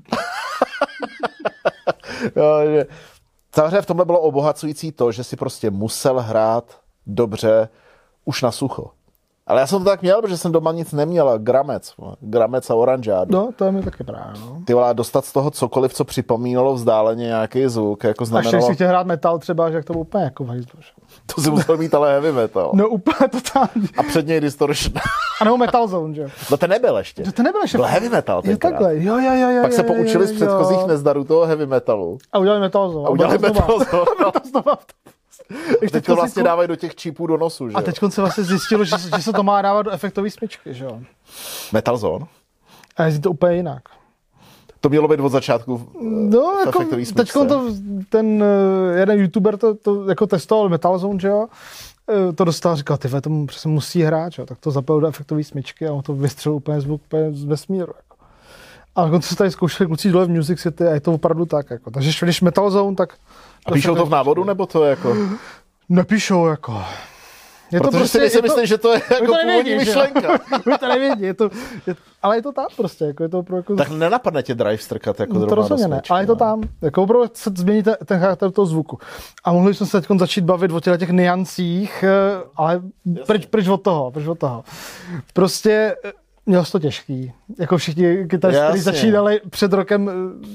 Jo, že... Samozřejmě v tomhle bylo obohacující to, že si prostě musel hrát dobře už na sucho. Ale já jsem to tak měl, protože jsem doma nic neměl. Gramec. Gramec a oranžádu. No, to je mi taky právě. No. Ty vole, dostat z toho cokoliv, co připomínalo vzdáleně nějaký zvuk, jako znamenalo... Až když si chtěl hrát metal třeba, že jak to bylo úplně jako vajzdoš. To si musel mít ale heavy metal. No úplně totálně. A před něj distortion. A nebo Metal Zone, že jo? No to nebyl ještě. To nebyl ještě. Byl heavy metal tenkrát. Jo, takhle. Jo, jo, jo, jo. Pak se jo, poučili jo, z předchozích jo. nezdarů toho heavy metalu. A udělali Metal Zone. A udělali Metal Zone. Teď to vlastně dávají do těch čípů do nosu, že a teď se vlastně zjistilo, že, že se to má dávat do efektové smyčky, že jo? Metal Zone? A jezdí to úplně jinak. To mělo být od začátku no, v jako, efektový smyčce. Teď to, ten jeden youtuber to, to jako testoval Metal Zone, že jo? To dostal a říkal, ty tomu přesně musí hrát, že jo? Tak to zapojil do efektové smyčky a on to vystřelil úplně zvuk úplně z vesmíru. Jako. A dokonce se tady zkoušeli kluci dole v Music City a je to opravdu tak. Jako. Takže když Metal Zone, tak... A píšou to v návodu, nebo to jako... Nepíšou, jako... Je Protože to prostě, si, si je myslím, to, že to je jako to původní nevědí, myšlenka. Vy to nevědí, je to, je, ale je to tam prostě. Jako je to pro, jako, Tak nenapadne tě drive strkat jako no, to drobná rozhodně do ne, smečky, ale je to no. tam. Jako opravdu se změní ten, ten charakter toho zvuku. A mohli jsme se teď začít bavit o těch niancích, ale pryč, pryč od toho, pryč od toho. Prostě měl jsi to těžký. Jako všichni kytaristi, kteří začínali před rokem.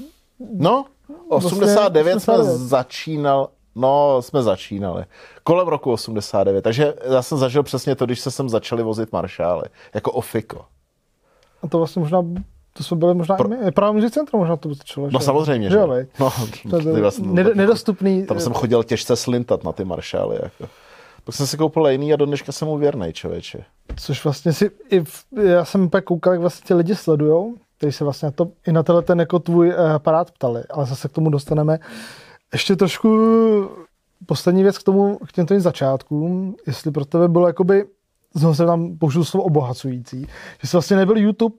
No, osmdesát devět jsme začínali. No, jsme začínali. Kolem roku osmdesát devět. Takže já jsem zažil přesně to, když se sem začali vozit maršály. Jako ofiko. A to vlastně možná, to jsme byli možná Pro... i my. Právě Music Centrum možná to začalo. No samozřejmě, že? že? No, to vlastně, ned- nedostupný. Tam jsem chodil těžce slintat na ty maršály. Jako. Pak jsem si koupil jiný a do dneška jsem mu věrnej, člověče. Což vlastně si, i v, já jsem pak koukal, jak vlastně ti lidi sledujou, kteří se vlastně na to, i na tenhle ten jako tvůj uh, aparát ptali, ale zase k tomu dostaneme. Ještě trošku poslední věc k tomu, k těmto začátkům, jestli pro tebe bylo jakoby, znovu se tam použil slovo obohacující, že jsi vlastně nebyl YouTube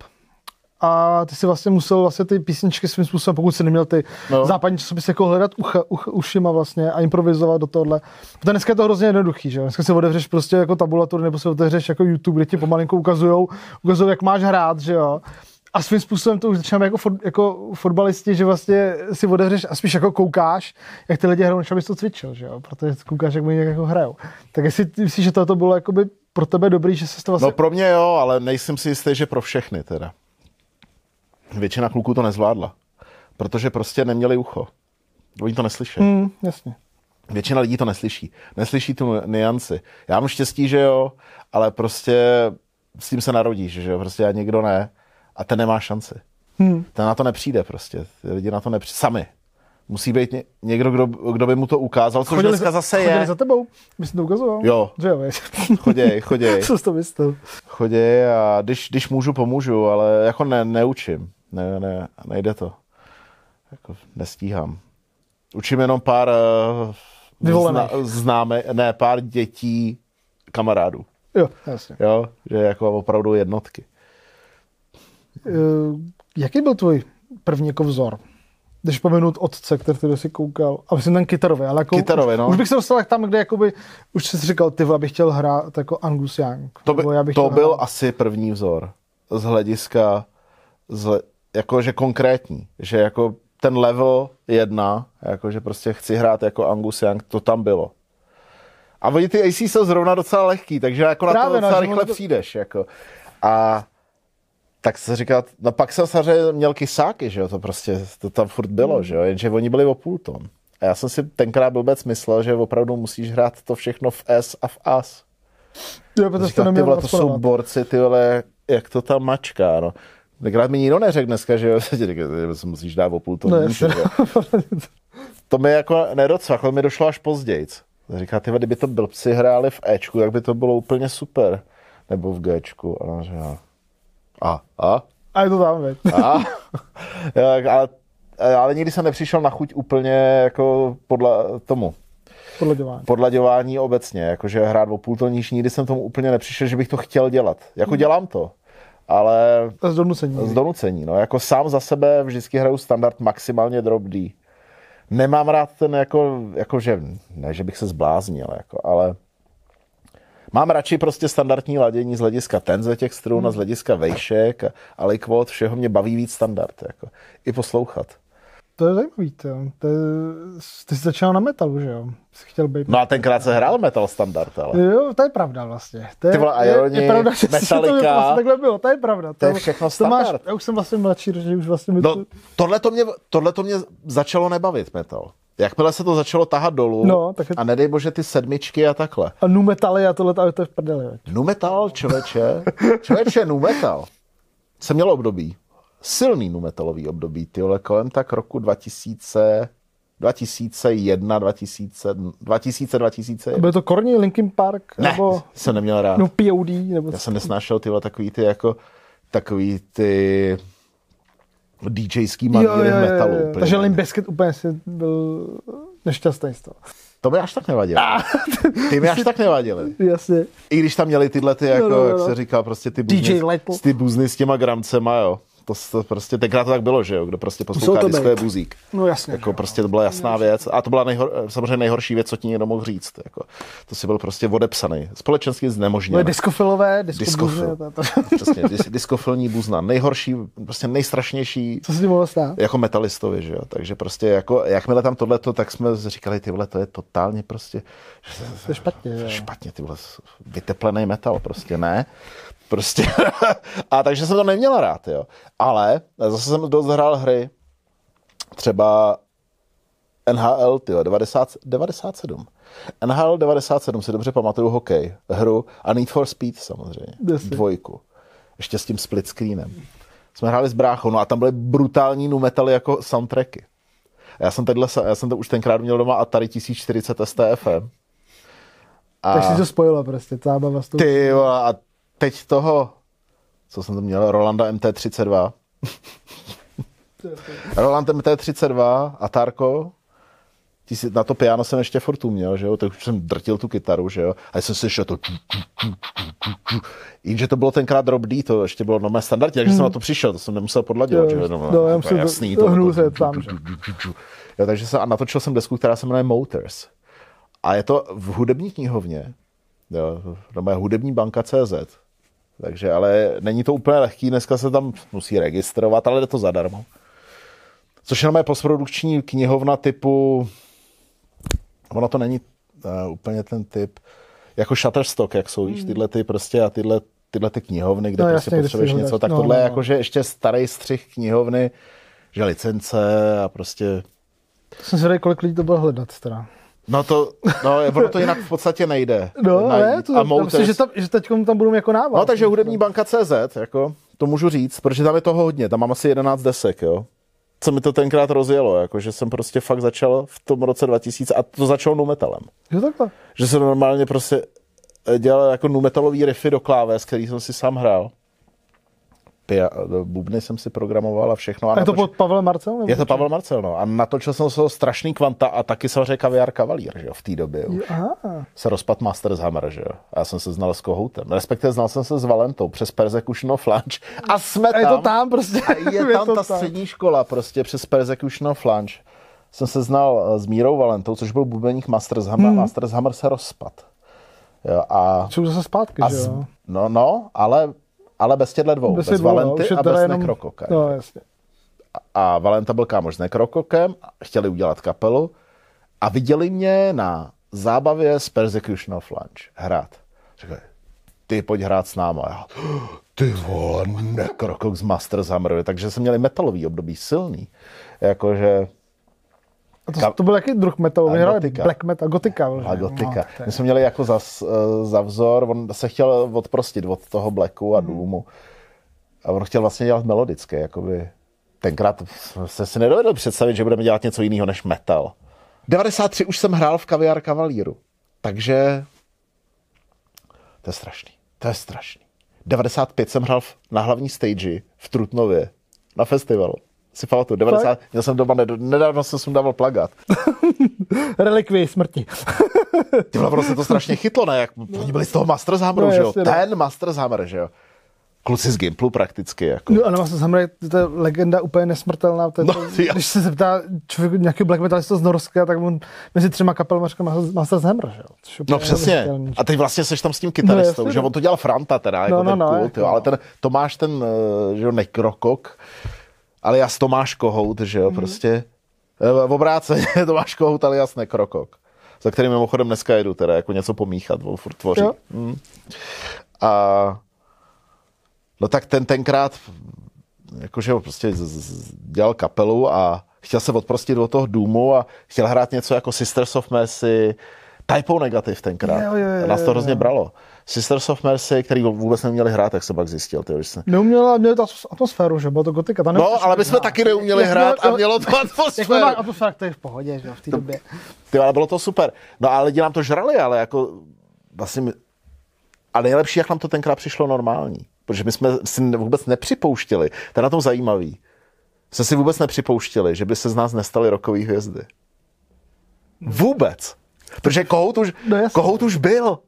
a ty si vlastně musel vlastně ty písničky svým způsobem, pokud jsi neměl ty no. západní časopisy, jako hledat ucha, uch, ušima vlastně a improvizovat do tohohle. Protože dneska je to hrozně jednoduchý, že? Dneska si otevřeš prostě jako tabulatory nebo si otevřeš jako YouTube, kde ti pomalinko ukazujou, ukazujou, jak máš hrát, že jo. A svým způsobem to už začínáme jako, fot, jako fotbalisti, že vlastně si otevřeš a spíš jako koukáš, jak ty lidi hrajou, než abys to cvičil, že jo? Protože koukáš, jak oni jako hrajou. Tak jestli myslíš, že to bylo jakoby pro tebe dobrý, že se to vlastně... No pro mě jo, ale nejsem si jistý, že pro všechny teda. Většina kluků to nezvládla, protože prostě neměli ucho. Oni to neslyší. Mm, jasně. Většina lidí to neslyší. Neslyší tu nianci. Já mám štěstí, že jo, ale prostě s tím se narodíš, že jo, prostě a někdo ne. A ten nemá šanci. Hmm. Ten na to nepřijde prostě. Ty lidi na to nepřijde. Sami. Musí být ně, někdo, kdo, kdo by mu to ukázal, což chodili dneska zase chodili je. Chodili za tebou? Bys to ukazoval? Jo. Že jo, choděj, choděj. Co jsi to myslel? Choděj a když, když můžu, pomůžu, ale jako ne, neučím. Ne, ne, nejde to. Jako nestíhám. Učím jenom pár zna, známe, ne, pár dětí kamarádů. Jo, jasně. Jo, že jako opravdu jednotky. Uh, jaký byl tvůj první jako vzor? Když pomenu otce, který jsi koukal, a myslím ten kytarový, ale jako kytarový, už, no. už bych se dostal tam, kde jakoby, už jsi říkal, ty vole, bych chtěl hrát jako Angus Young. To, by, já bych to byl hrát. asi první vzor. Z hlediska, z, jakože konkrétní, že jako ten level jedna, jakože prostě chci hrát jako Angus Young, to tam bylo. A oni ty A C jsou zrovna docela lehký, takže jako Právě, na to docela no, rychle to... přijdeš. Jako. A tak se říká, no pak jsem samozřejmě měl kysáky, že jo, to prostě, to tam furt bylo, že jo, jenže oni byli o půl ton. A já jsem si tenkrát blbec myslel, že opravdu musíš hrát to všechno v S a v As. Jo, protože říkal, to neměl tyhle, to jsou borci, ty vole, jak to tam mačká, no. Tenkrát mi nikdo neřekl dneska, že jo, že musíš dát o půl ton. No, níž, to mi jako nedocvaklo, mi došlo až pozdějc. Říká, ty kdyby to blbci hráli v Ečku, tak by to bylo úplně super. Nebo v Gčku. A říká, A, a? A je to tam, veď. A? Jo, ale, ale nikdy jsem nepřišel na chuť úplně jako podle tomu. Podlaďování. Podlaďování obecně, jakože hrát o půl toníž, nikdy jsem tomu úplně nepřišel, že bych to chtěl dělat. Jako hmm. dělám to, ale... Z donucení. Z donucení, no. Jako sám za sebe vždycky hraju standard maximálně drop D. Nemám rád ten jako, jakože, ne, že bych se zbláznil, jako, ale... Mám radši prostě standardní ladění z hlediska tenze těch strun hmm. a z hlediska vejšek a, a likvot, všeho mě baví víc standard. Jako. I poslouchat. To je zajímavý, to. to je, ty jsi začal na metalu, že jo? Jsi chtěl být... No a tenkrát se hrál metal standard, ale... Jo, to je pravda vlastně. To je, Ty vole, Ironi, je, je pravda, že Metallica... To vlastně takhle bylo, to je pravda. To, to je všechno standard. Máš, já už jsem vlastně mladší, že už vlastně... No, tohle to mě, tohle to mě začalo nebavit, metal. Jakmile se to začalo tahat dolů no, tak je... a nedej bože ty sedmičky a takhle. A nu metaly a tohle, to je v prdeli. Nu metal, člověče, člověče, nu metal. Jsem měl období, silný nu metalový období, tyhle kolem tak roku dva tisíce, dva tisíce jedna, dva tisíce, dva tisíce, dva tisíce jedna. Byl to Korni, Linkin Park? Ne, nebo... jsem neměl rád. No P O D? Nebo... Já jsem nesnášel tyhle takový ty jako, takový ty... DJský maníry v metalu. Jo, jo, jo. Takže Limp Bizkit úplně si byl nešťastný z toho. To mi až tak nevadilo. Ty mi až tak nevadily. Jasně. I když tam měli tyhle ty, jako, no, no, no. jak se říká, prostě ty buzny, D J ty buzny s těma gramcema, jo. To, to prostě tenkrát to tak bylo, že jo, kdo prostě poslouchá disco je buzík. No jasně. Jako prostě to byla jasná věc a to byla nejhor, samozřejmě nejhorší věc, co ti někdo mohl říct. Jako. To si byl prostě odepsaný. Společensky znemožněný. No diskofilové, diskofil. Přesně, dis, diskofilní buzna. Nejhorší, prostě nejstrašnější. Co se ti mohlo stát? Jako metalistovi, že jo. Takže prostě jako, jakmile tam tohleto, tak jsme říkali, ty vole, to je totálně prostě... To je špatně. Je. Špatně, ty vole, vyteplený metal, prostě ne. Prostě. A takže jsem to neměl rád, jo. Ale zase jsem dost hrál hry, třeba N H L, tyjo, devadesát, devadesát sedm. N H L devadesát sedm si dobře pamatuju hokej, hru a Need for Speed samozřejmě, Desi. dvojku. Ještě s tím split screenem. Jsme hráli s bráchou, no a tam byly brutální nu metaly jako soundtracky. A já jsem, tadyhle, já jsem to už tenkrát měl doma Atari tisíc čtyřicet S T F M. A tak si to spojilo prostě, zábava s tou... Ty jo, a teď toho, co jsem to měl, Rolanda M T třicet dva. Roland M T třicet dva a Tarko. Na to piano jsem ještě furt uměl, že jo, tak už jsem drtil tu kytaru, že jo, a jsem si ještě to... Jenže to bylo tenkrát drop D, to ještě bylo normálně standardní, takže hmm. jsem na to přišel, to jsem nemusel podladěvat, že jo, no, no, já to je jasný. To, to, to, tam, jo, takže jsem, a natočil jsem desku, která se jmenuje Motors. A je to v hudební knihovně, jo, normálně hudební banka tečka cé zet. Takže, ale není to úplně lehký, dneska se tam musí registrovat, ale jde to zadarmo. Což je normálně postprodukční knihovna typu, ono to není uh, úplně ten typ, jako Shutterstock, jak jsou, víš, tyhle ty prostě a tyhle, tyhle ty knihovny, kde no, prostě jasně, potřebuješ něco, tak no, tohle no, je no. Jakože ještě starý střih knihovny, že licence a prostě... Jsem si řekl, kolik lidí to bylo hledat teda. No to, no, ono to jinak v podstatě nejde. No, ale to, a myslím, že, tam, že teď tam budou jako návod. No, takže hudební banka tečka cé zet, jako, to můžu říct, protože tam je toho hodně, tam mám asi jedenáct desek, jo. Co mi to tenkrát rozjelo, jako, že jsem prostě fakt začal v tom roce dva tisíce a to začalo nu metalem. Jo, takhle. Že jsem normálně prostě dělal jako nu metalový riffy do kláves, který jsem si sám hrál. Pia, bubny jsem si programoval a všechno. A je to pod Pavel Marcel? Je to Pavel Marcel, no. A natočil jsem se strašný kvanta a taky samozřejmě Kaviár Kavalír, že jo, v té době. Jo. Aha. Se rozpad Masters Hammer, že jo. A já jsem se znal s Kohoutem. Respektive znal jsem se s Valentou přes Persecution of Lunch. A jsme tam. A je to tam prostě. A je, je tam ta tam. střední škola prostě přes Persecution of Lunch. Jsem se znal s Mírou Valentou, což byl bubeník Masters Hammer. Hmm. Masters Hammer se rozpad. Jo, a... Jsou zase zpátky, a že jo. Z... No, no, ale... Ale bez těchto dvou, bez, bez dvou, Valenty no, a bez jenom... Nekrokoka. No, jasně. A, a Valenta byl kámoš s Nekrokokem, chtěli udělat kapelu a viděli mě na zábavě s Persecution of Lunch hrát. Říkali, ty pojď hrát s náma. Já, ty vole, Nekrokok z Masters Hammer. Takže jsem měli metalový období silný. Jakože... A to, to byl jaký druh metalu? Black metal, gotika. A gotika. No, my jsme měli jako za, za vzor, on se chtěl odprostit od toho Blacku a Doomu. A on chtěl vlastně dělat melodické, jakoby. Tenkrát se si nedovedl představit, že budeme dělat něco jiného než metal. devadesát tři už jsem hrál v Kaviár Kavalíru. Takže to je strašný. To je strašný. devadesát pět jsem hrál na hlavní stage v Trutnově na festivalu. Si pamatuju, devadesát, měl jsem doma, nedávno jsem si dával plagát. Relikvie smrti. Ty vole, prostě to strašně chytlo, ne? Jak, oni byli z toho Masters Hammeru, no, že jo? Jasně, ten no. Masters Hammer, že jo? Kluci z Gimplu prakticky, jako. No, ale Masters Hammer je to je legenda úplně nesmrtelná. To je, no, to, když se zeptá člověk nějaký black metalista z Norska, tak on mezi třema kapelama říká Masters Hammer, že jo? No přesně. A teď vlastně seš tam s tím kytaristou, no, že on to dělal Franta teda, jako no, ten no, kult, no, jo? Ale ten Tomáš, ten, že jo, Nekrokok, alias Tomáš Kohout, že jo, mm. prostě v obráceně Tomáš Kohout alias Nekrokok, za kterým mimochodem dneska jedu teda, jako něco pomíchat, on furt tvoří. Mm. A no tak ten tenkrát, jakože prostě dělal kapelu a chtěl se odprostit do toho Doomu a chtěl hrát něco jako Sisters of Mercy, Typo Negative tenkrát. Jo, jo, jo, nás to hrozně bralo. Sisters of Mercy, který vůbec neměli hrát, jak se pak zjistil. Ty, se... Neuměla, měli to atmosféru, že bylo to gotika. Ta no, ale my jsme taky neuměli jak hrát měl, a mělo to atmosféru. Jak máš atmosféru, to je v pohodě, že v té době. Ty, ale bylo to super. No a lidi nám to žrali, ale jako vlastně... A nejlepší, jak nám to tenkrát přišlo normální. Protože my jsme si vůbec nepřipouštěli. To je na tom zajímavý. Jsme si vůbec nepřipouštěli, že by se z nás nestaly rockový hvězdy. Vůbec. Protože Kohout už, no Kohout už byl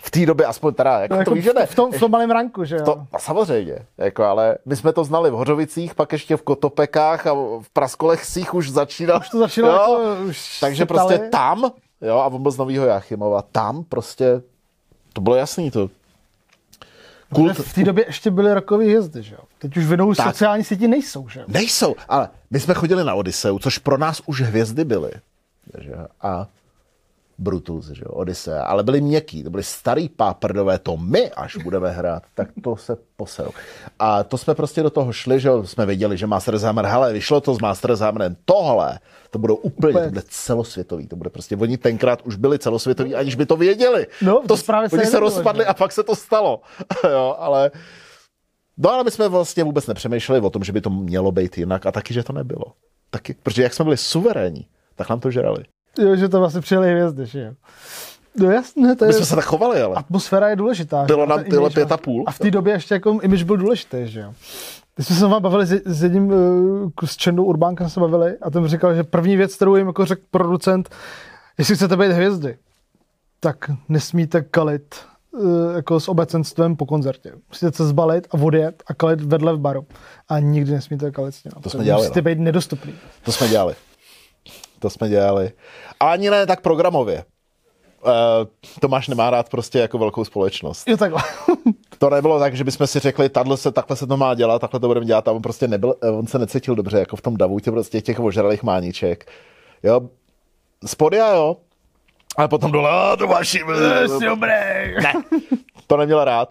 V té době aspoň teda, jako, jako to víš, že ne. V tom, v tom malém ranku, že jo? To, a samozřejmě, jako, ale my jsme to znali v Hořovicích, pak ještě v Kotopekách a v Praskolechcích už začínal. Už to začínalo, jako, už takže prostě ptali. Tam, jo, a on byl z Novýho Jáchymova, tam prostě, to bylo jasný to. Kult... V té době ještě byly rockové hvězdy, že jo? Teď už vinou sociální síti nejsou, že jo? Nejsou, ale my jsme chodili na Odiseu, což pro nás už hvězdy byly. Že? A Brutus, že jo, Odyssea, ale byli měkký, to byli starý páprdové, to my až budeme hrát, tak to se poserou. A to jsme prostě do toho šli, že jo, jsme věděli, že Master Hammer, hele, vyšlo to s Master Hammerem, tohle, to budou úplně, úplně, to bude celosvětový, to bude prostě, oni tenkrát už byli celosvětoví, aniž by to věděli. No, to, to právě oni se, se rozpadli že? A pak se to stalo, jo, ale no ale my jsme vlastně vůbec nepřemýšleli o tom, že by to mělo být jinak a taky, že to nebylo. Taky, protože jak jsme byli suverénní, tak nám to žrali. Jo, že to vlastně přijeli hvězdy, že jo. No jasně, to je... My jsme se tak chovali, ale. Atmosféra je důležitá. Bylo nám tyhle pět a půl. A v té době ještě jako image byl důležitý, že jo. Když jsme se vám bavili s, s jedním, uh, s Čendou Urbánkem se bavili a ten říkal, že první věc, kterou jim jako řekl producent, jestli chcete být hvězdy, tak nesmíte kalit uh, jako s obecenstvem po koncertě. Musíte se zbalit a odjet a kalit vedle v baru. A nikdy nesmíte kalit s ním. To jsme dělali. Musíte no. být nedostupný. To jsme dělali. To jsme dělali. A ani ne tak programově. Uh, Tomáš nemá rád prostě jako velkou společnost. Jo, takhle. To nebylo tak, že bychom si řekli, tato se, takhle se to má dělat, takhle to budeme dělat, a on prostě nebyl, on se necítil dobře, jako v tom davu, tě prostě těch ožralých máníček. Jo, spodia, jo, ale potom dole, a to máš dobrý. Ne, to neměl rád.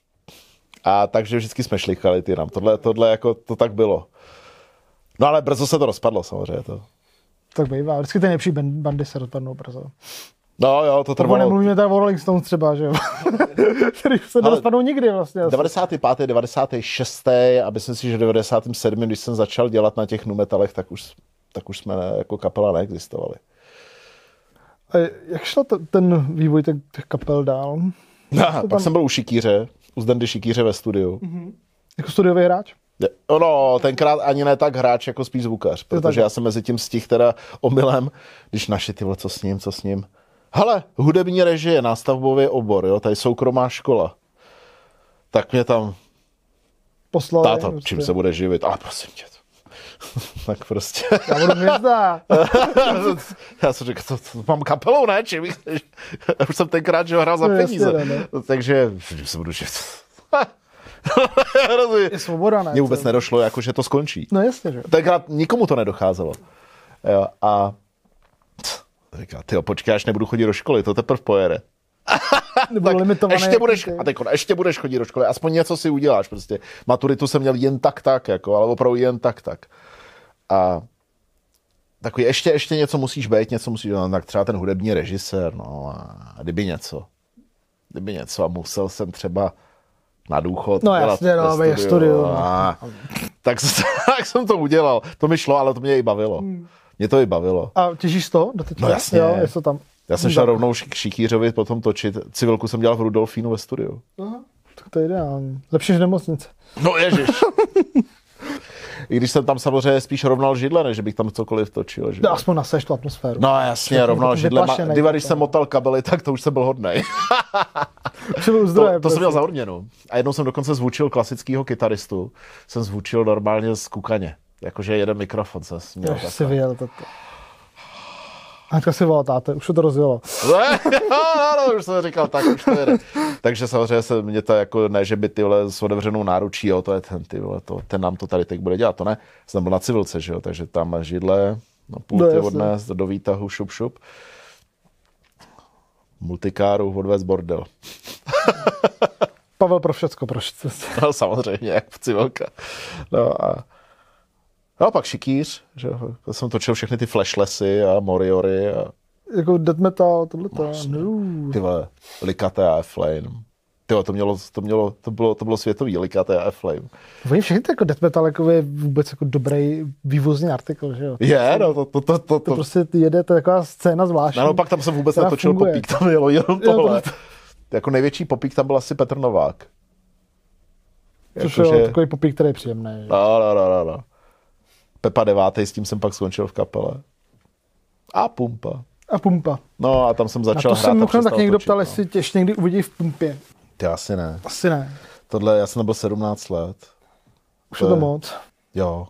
A takže vždycky jsme šlichali ty nám. Tohle, tohle jako to tak bylo. No ale brzo se to rozpadlo samozřejmě. To. Tak bývá. Vždycky ty nejlepší bandy se rozpadnou brzo. No jo, to trvalo. Nebo nemluvíme tady o Rolling Stones třeba, že jo? Který se nerozpadnou nikdy vlastně. devadesátý pátý, devadesátý šestý a myslím si, že v devadesátém sedmém když jsem začal dělat na těch numetalech, tak už, tak už jsme ne, jako kapela neexistovali. A jak šel t- ten vývoj těch, těch kapel dál? No, pak tam... jsem byl u Šikýře, u Zdendy Šikýře ve studiu. Mm-hmm. Jako studiový hráč? No, tenkrát ani ne tak hráč, jako spíš zvukař, protože já jsem mezi tím stihl teda omylem, když naši ty vole, co s ním, co s ním. Hele, hudební režie, nástavbový obor, jo, tady soukromá škola. Tak mě tam poslali. Táta, prostě. Čím se bude živit? Ale prosím tě. Tak prostě. Já budu hvězda. Já jsem říkal, to, to mám kapelou, ne? Čím? Už jsem tenkrát, že ho hrál za no, peníze. Jasně, ne, ne. Takže se budu živit. Je svoboda, ne? Mně vůbec nedošlo, jako, že to skončí. No jasně, že? Tenkrát nikomu to nedocházelo. Jo, a říká, tyjo, počkej, až nebudu chodit do školy, to teprve pojede. Tak ještě budeš, a teď, ještě budeš chodit do školy, aspoň něco si uděláš prostě. Maturitu jsem měl jen tak tak, jako, ale opravdu jen tak tak. A takový, ještě, ještě něco musíš být, něco musíš, no, tak třeba ten hudební režisér, no a kdyby něco. Kdyby něco a musel jsem třeba na důchod. No jasně, no, ve studiu. A, tak, tak jsem to udělal. To mi šlo, ale to mě i bavilo. Hmm. Mě to i bavilo. A těžíš to? No jasně. Jo, je to tam. Já jsem šel rovnou k Šikýřovi potom točit. Civilku jsem dělal v Rudolfínu ve studiu. Aha, tak to je ideální. Lepší než nemocnice. No ježiš. I když jsem tam samozřejmě spíš rovnal židle, než bych tam cokoliv točil. Že? No, aspoň naseš tu atmosféru. No jasně, Všechny rovnal židle. Ma, diva, když jsem motal kabely, tak to už jsem byl hodnej. zdroje, to, to jsem měl za odměnu. A jednou jsem dokonce zvučil klasického kytaristu. Jsem zvučil normálně z kukaně. Jakože jeden mikrofon se směl. Už si vyjel toto. Hnedka si volal táte, už to rozjelo. No, už jsem říkal, tak už to jede. Takže samozřejmě se mě to jako, ne, že by tyhle s otevřenou náručí, jo, to je ten, tyhle, to, ten nám to tady teď bude dělat, to ne. Jsem byl na civilce, že jo, takže tam židle, no, pulty no, odnést do výtahu, šup, šup. Multikáru odvést bordel. Pavel pro všecko, pro všecko. No samozřejmě, jak v civilka. No a no pak Šikýř, že jo, jsem točil všechny ty Flashlessy a Moriory a jako death metal, tohleto. No. Ty vole, Likaté a Flame. Ty vole, to mělo, to mělo, to bylo, to bylo světový, Likaté a Flame. Oni všechny ty jako death metal jako je vůbec jako dobrý vývozní artikl, že jo? Je, no to, to, to, to, to. to prostě jede, to je taková scéna zvláštní. No pak tam jsem vůbec netočil funguje. Popík, tam jelo jenom tohle. Jo, to... Jako největší popík tam byl asi Petr Novák. Což jako, je že... takový popík, který je příjemný. Že? No, no, no, no. Pepa devátý, s tím jsem pak skončil v kapele. A Pumpa. A Pumpa. No a tam jsem začal hrát. A to jsem tak někdo ptal, jestli tě ještě někdy uvidí v Pumpě. Ty asi ne. Asi ne. Tohle, já jsem byl sedmnáct let. Už to je to moc. Jo.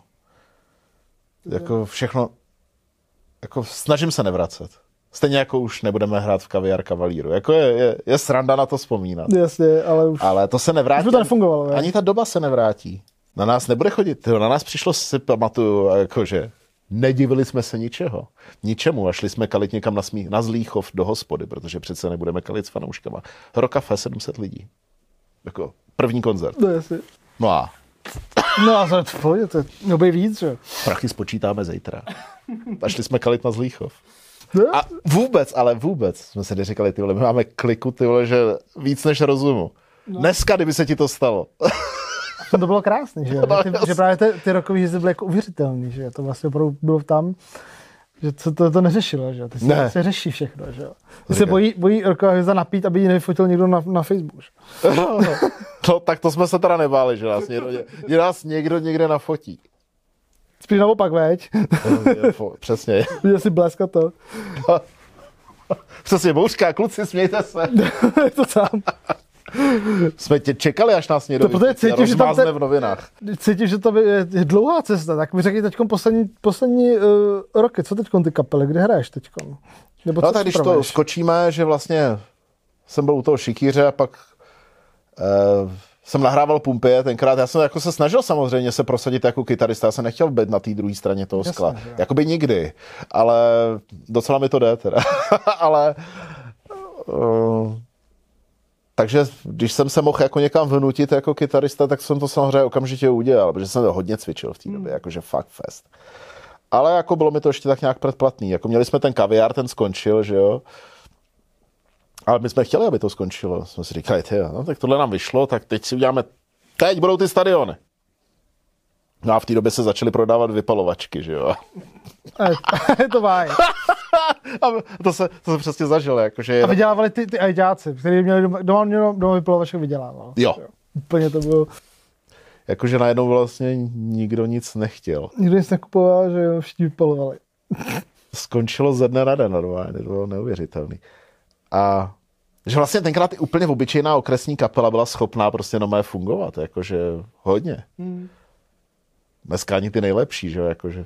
Jako všechno, jako snažím se nevracet. Stejně jako už nebudeme hrát v Kaviár Kavalíru. Jako je, je, je sranda na to vzpomínat. Jasně, ale už... Ale to se nevrátí. Už to nefungovalo. Ani, ani ta doba se nevrátí. Na nás nebude chodit. Tyjo, na nás přišlo, si pamatuju, jakože nedivili jsme se ničeho. Ničemu. A šli jsme kalit někam na, smí, na Zlíchov do hospody, protože přece nebudeme kalit s fanouškama. Rokafe, sedm set lidí. Jako první koncert. No jasně. No a... No a to, to, to mělo být víc, že? Prachy spočítáme zítra. A šli jsme kalit na Zlíchov. A vůbec, ale vůbec jsme se neříkali, ty vole, my máme kliku, ty vole, že víc než rozumu. No. Dneska, kdyby se ti to stalo. To bylo krásný, že, no, ty, že právě ty, ty rokový jízdy byly jako uvěřitelný, že to vlastně opravdu bylo tam, že to, to, to neřešilo, že ty se, ne. se řeší všechno, že ty se bojí, bojí roková hvězda napít, aby ji nevyfotil někdo na, na Facebook. No, no, tak to jsme se teda nebáli, že nás někdo, že nás někdo někde nafotí. Spíš naopak, veď? Přesně. Viděl jsi bleska to. Přesně, bouřka, kluci, smějte se. Je to tam. Jsme tě čekali, až nás někdo rozmázne v novinách. Cítím, že to je dlouhá cesta, tak mi řekni teďkon poslední, poslední uh, roky, co teďkon ty kapely, kde hraješ teďkon? Nebo no tak když to skočíme, že vlastně jsem byl u toho Šikýře a pak uh, jsem nahrával Pumpě tenkrát, já jsem jako se snažil samozřejmě se prosadit jako kytarista, já jsem nechtěl být na té druhé straně toho skla, jasně, jakoby nikdy, ale docela mi to jde teda, ale uh, takže když jsem se mohl jako někam vnutit jako kytarista, tak jsem to samozřejmě okamžitě udělal, protože jsem to hodně cvičil v té době, hmm. jakože fakt fest. Ale jako bylo mi to ještě tak nějak předplatný, jako měli jsme ten Kaviár, ten skončil, že jo, ale my jsme chtěli, aby to skončilo. Jsme si říkali, tyjo, no tak tohle nám vyšlo, tak teď si uděláme, teď budou ty stadiony. No a v té době se začaly prodávat vypalovačky, že jo. Je to váj. A to se, to se přesně zažil, jakože... A vydělávali ty, ty ajďáci, kteří měli doma, doma, doma vypalovaček vydělával. Jo. Úplně to bylo... Jakože najednou vlastně nikdo nic nechtěl. Nikdo nic nekupoval, že jo, všichni vypalovali. Skončilo ze dne na den normálně, to bylo neuvěřitelný. A že vlastně tenkrát i úplně obyčejná okresní kapela byla schopná prostě normálně fungovat, jakože hodně. Hmm. Dneska ani ty nejlepší, že jo, jakože...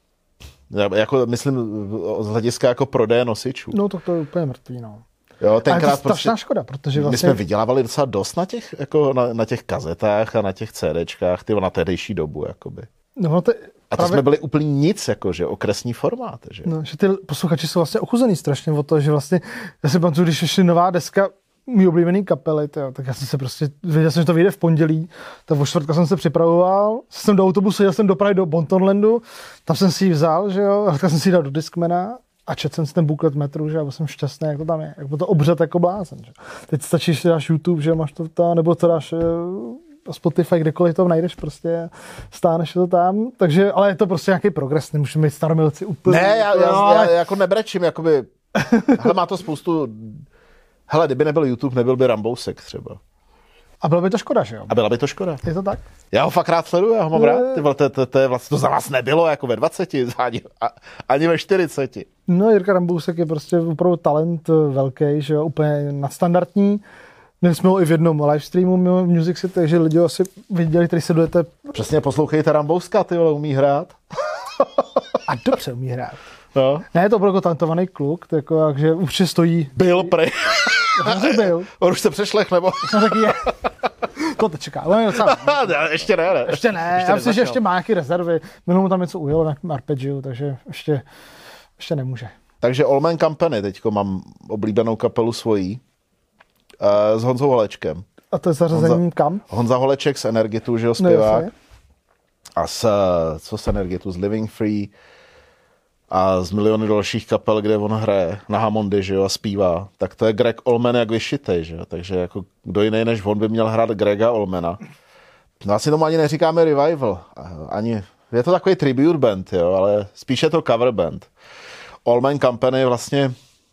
Jako, myslím, z hlediska jako prodeje nosičů. No to, to je úplně mrtvý, no. Jo, tenkrát ale to je strašná prostě, škoda, protože vlastně... My jsme vydělávali docela dost na těch, jako na, na těch kazetách a na těch CDčkách, ty na tehdejší dobu, jakoby. No, to, a to právě... jsme byli úplně nic, jakože okresní formát, že? No, že ty posluchači jsou vlastně ochuzený strašně o to, že vlastně, já si pamatuju, když vyšly nová deska mý oblíbený kapely, tyjo, tak já jsem se prostě, věděl jsem, že to vyjde v pondělí, tak o čtvrtka jsem se připravoval, jsem do autobusu, jel jsem do Prahy do Bontonlandu, tam jsem si ji vzal, že jo, a tak jsem si ji dal do Discmana a četl jsem si ten booklet metru, že já byl jsem šťastný, jak to tam je, jak byl to obřad jako blázen, že. Teď stačí, že dáš YouTube, že máš to tam, nebo to dáš Spotify, kdekoliv to najdeš, prostě stáneš to tam, takže, ale je to prostě nějaký progres, nemůžeme mít staromilci úplně. Ne, já, já, no, já, já jako nebrečím, jakoby, hele, má to spoustu, hele, kdyby nebyl YouTube, nebyl by Rambousek třeba. A byla by to škoda, že jo? A byla by to škoda. Je to tak? Já ho fakt rád sleduju, já ho mám je... rád, ty vole, to, to, to je vlastně, to za vás nebylo jako ve dvaceti, ani, ani ve čtyřiceti. No, Jirka Rambousek je prostě opravdu talent velký, že jo, úplně nadstandardní. Měli jsme ho i v jednom livestreamu mimo Music City, takže lidi ho asi viděli, který se dojete. Přesně, poslouchejte Rambouska, ty vole, umí hrát. A dobře umí hrát. No. Ne, je to byl jako talentovaný kluk, to jako, že určitě stojí. Byl prej. byl. On už se přešlech, nebo? No taky je. To te čeká. Ale docela, ne, ještě ne, ne. Ještě ne, ještě já myslím, že ještě má nějaké rezervy. Minulou mu tam něco ujelo, nějakým arpeggiu, takže ještě, ještě nemůže. Takže All Man Company, teďko mám oblíbenou kapelu svojí. Uh, s Honzou Holečkem. A to je zařazením Honza, kam? Honza Holeček z Energetu, že jo, zpěvák. No, a s, co s Energetu, z Living Free a z miliony dalších kapel, kde on hraje na Hammondy, že jo, a zpívá. Tak to je Greg Allman jak vyšitej, že jo. Takže jako kdo jiný než on by měl hrát Grega Allmana. No asi tomu ani neříkáme revival. Ani, je to takový tribute band, jo, ale spíše to cover band. All Man Company vlastně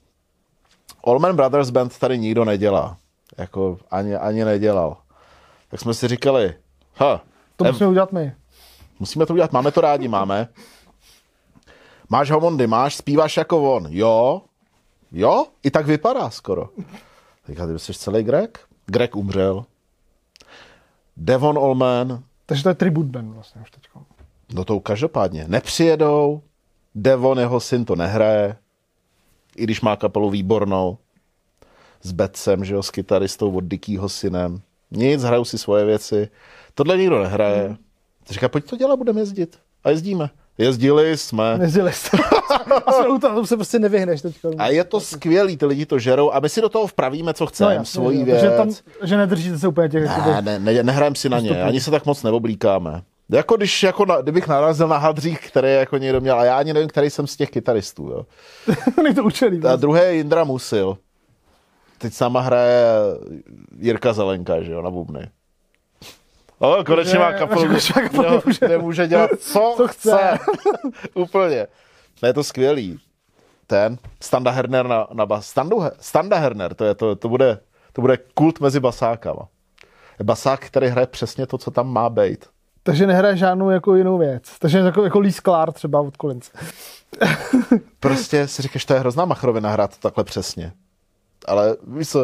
Allman Brothers Band tady nikdo nedělá. Jako ani, ani nedělal. Tak jsme si říkali, ha, to musíme ev... udělat my. Musíme to udělat, máme to rádi, máme. Máš Hammondy, máš, zpíváš jako on. Jo, Jo, i tak vypadá skoro. Říká, ty jsi celý Greg? Greg umřel. Devon Allman. Takže to je tribut band vlastně už teďko. No to každopádně. Nepřijedou. Devon, jeho syn, to nehraje. I když má kapelu výbornou. S Betsem, že jo, s kytaristou od Dickýho synem. Nic, hrajou si svoje věci. Tohle nikdo nehraje. Hmm. Říká, pojď to dělat, budeme jezdit. A jezdíme. Jezdili jsme. Jezdili jsme. A jsme u toho, se prostě nevyhneš teďko. A je to skvělý, ty lidi to žerou a my si do toho vpravíme, co chceme, no, svoji jo, věc. Že, tam, že nedržíte se úplně těch... Ne, ne, ne, nehrajeme si na ně, ani se tak moc neoblíkáme. Jako když, jako na, kdybych narazil na hadřík, který jako někdo měl, a já ani nevím, který jsem z těch kytaristů, jo. Je to učený. A druhý je Jindra Musil. Teď sama hraje Jirka Zelenka, že jo, na bubny. No, konečně má kapelu, nemůže. nemůže dělat, co, co chce. chce. Úplně. No, je to skvělý. Ten, Standa Herner na, na bas. Standu, Standa Herner, to, je, to, to, bude, to bude kult mezi basákama. Je basák, který hraje přesně to, co tam má být. Takže nehraje žádnou jako jinou věc. Takže jako, jako Lee Sklar třeba od Kolince. Prostě si říkáš, to je hrozná machrovina hrát to takhle přesně. Ale víš co,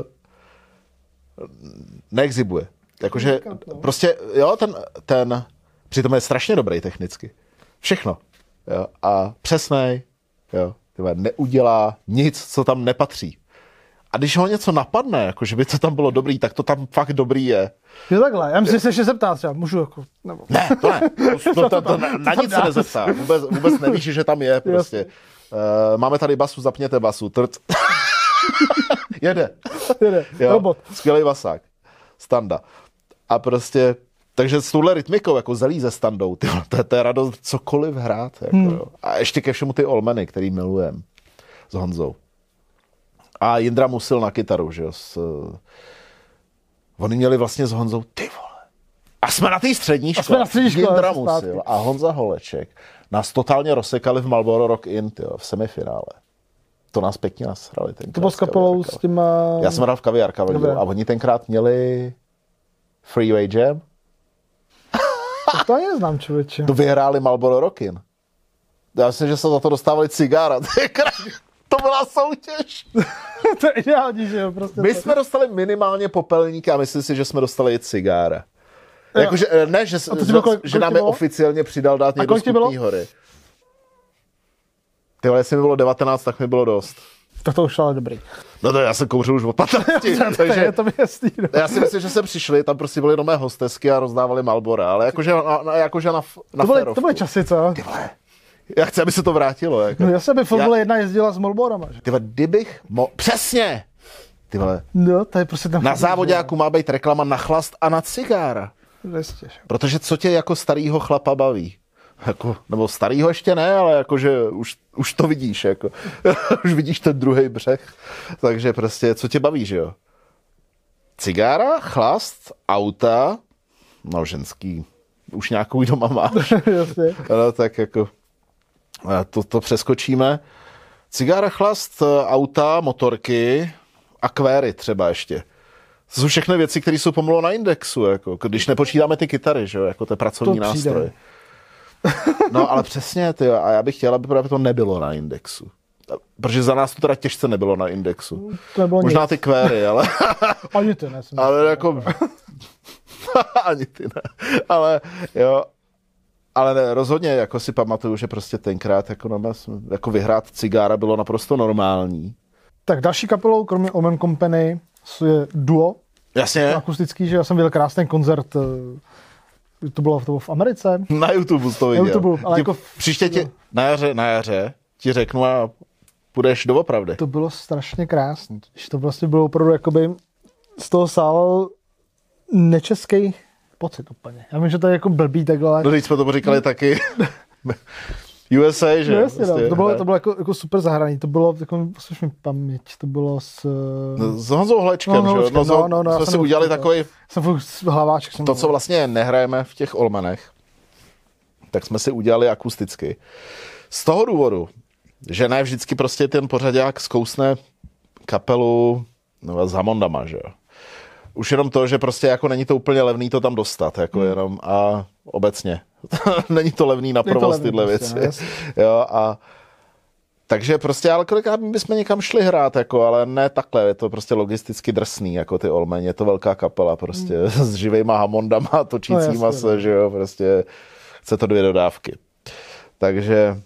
neexhibuje. Jakože prostě, jo, ten, ten, přitom je strašně dobrý technicky. Všechno. Jo, a přesnej, jo, tyhle, neudělá nic, co tam nepatří. A když ho něco napadne, jako že by to tam bylo dobrý, tak to tam fakt dobrý je. Je takhle, já myslím, že se zeptá třeba, můžu jako, nebo... Ne, to ne, to, to, to, to, na, na nic se nezeptá, vůbec, vůbec nevíš, že tam je, prostě. Uh, máme tady basu, zapněte basu, trc. Jede. Jede, jo, robot. Skvělý basák, Standa. A prostě, takže s touhle rytmikou, jako zelí ze Standou, ty, to, to je radost cokoliv hrát. Jako, hmm. jo. A ještě ke všemu ty Allmany, který milujem s Honzou. A Jindra Musil na kytaru, že jo. S, uh, oni měli vlastně s Honzou, ty vole. A jsme na té střední škole. A jsme na střední škole. Jindra Musil a Honza Holeček nás totálně rozsekali v Marlboro Rock In, tyjo, v semifinále. To nás pěkně nasrali. To bylo s kapelou s těma... Já jsem hrál v Kaviárka a oni tenkrát měli Freeway Jam. To ani neznám, člověče. To vyhráli Marlboro Rock In. Já myslím, že se za to dostávali cigára. To byla soutěž. To je ideální, že jo? Prostě My to... jsme dostali minimálně popelníky a myslím si, že jsme dostali i cigára. Jakože, ne, že, že, kolik, že nám je oficiálně přidal dát někdo z Kutní Hory. Ty vole, jestli mi bylo devatenáct, tak mi bylo dost. Tak to už ale dobrý. No to já jsem kouřil už od patnácti. takže je to jasný, no. Já si myslím, že se přišli, tam prostě byly nové hostesky a rozdávali Marlbora, ale jakože na, na, jakože na, na to, byly, férovku. To byly časy, co? Ty vole, já chci, aby se to vrátilo. Jako. No já se by Formule já... jedna jezdila s Marlborama. Že? Ty vole, kdybych mo... Přesně! Ty vole. No, to je prostě tam... Na závoďáku má být reklama na chlast a na cigára. Vlastně. Protože co tě jako starýho chlapa baví? Jako, nebo starýho ještě ne, ale jakože už, už to vidíš, jako. Už vidíš ten druhý břeh. Takže prostě, co tě baví, že jo? Cigára, chlast, auta, no ženský, už nějakou doma máš. No, tak jako, to, to přeskočíme. Cigára, chlast, auta, motorky, akvéry třeba ještě. To jsou všechny věci, které jsou pomalu na indexu, jako, když nepočítáme ty kytary, že jo, jako to je pracovní nástroj. No, ale přesně, ty, a já bych chtěla, aby právě to nebylo na indexu. Protože za nás to teda těžce nebylo na indexu. Možná nic. Ty kvéry, ale... Ani ty ne. Ale jako... Ani ty ne. Ale jo... Ale ne, rozhodně jako si pamatuju, že prostě tenkrát jako, na nás, jako vyhrát cigára bylo naprosto normální. Tak další kapelou, kromě Omen Company, je duo. Jasně. Akustický, že já jsem viděl krásný koncert. To bylo, to bylo v Americe. Na YouTube to viděl. Na YouTube, ale jako... Příště ti na jaře, na jaře ti řeknu a půjdeš doopravdy. To bylo strašně krásné. To vlastně bylo opravdu jakoby z toho sálu nečeský pocit úplně. Já vím, že to je jako blbý takhle. No, teď jsme to říkali taky. U S A, že? No, jasně, vlastně, no. To bylo, to bylo jako, jako super zahraný. To bylo, jako, posluš mi paměť, to bylo s... No, s Honzou Holečkem, no, že? Holečkem, No, no, no, no, jsme si udělali takový... Jsem hlaváček. Jsem to, co vlastně nehrajeme v těch Allmanech, tak jsme si udělali akusticky. Z toho důvodu, že ne vždycky prostě ten pořadák zkousne kapelu no, s Hammondama, že jo. Už jenom to, že prostě jako není to úplně levný to tam dostat, jako hmm. jenom a obecně. Není to levný na provoz tyhle prostě, věci. No, jo, a Takže prostě, ale kolikrát bychom někam šli hrát, jako, ale ne takhle, je to prostě logisticky drsný, jako ty Olmeni, je to velká kapela, prostě hmm. s živejma Hammondama, točícíma no, se, že jo, prostě chce to dvě dodávky. Takže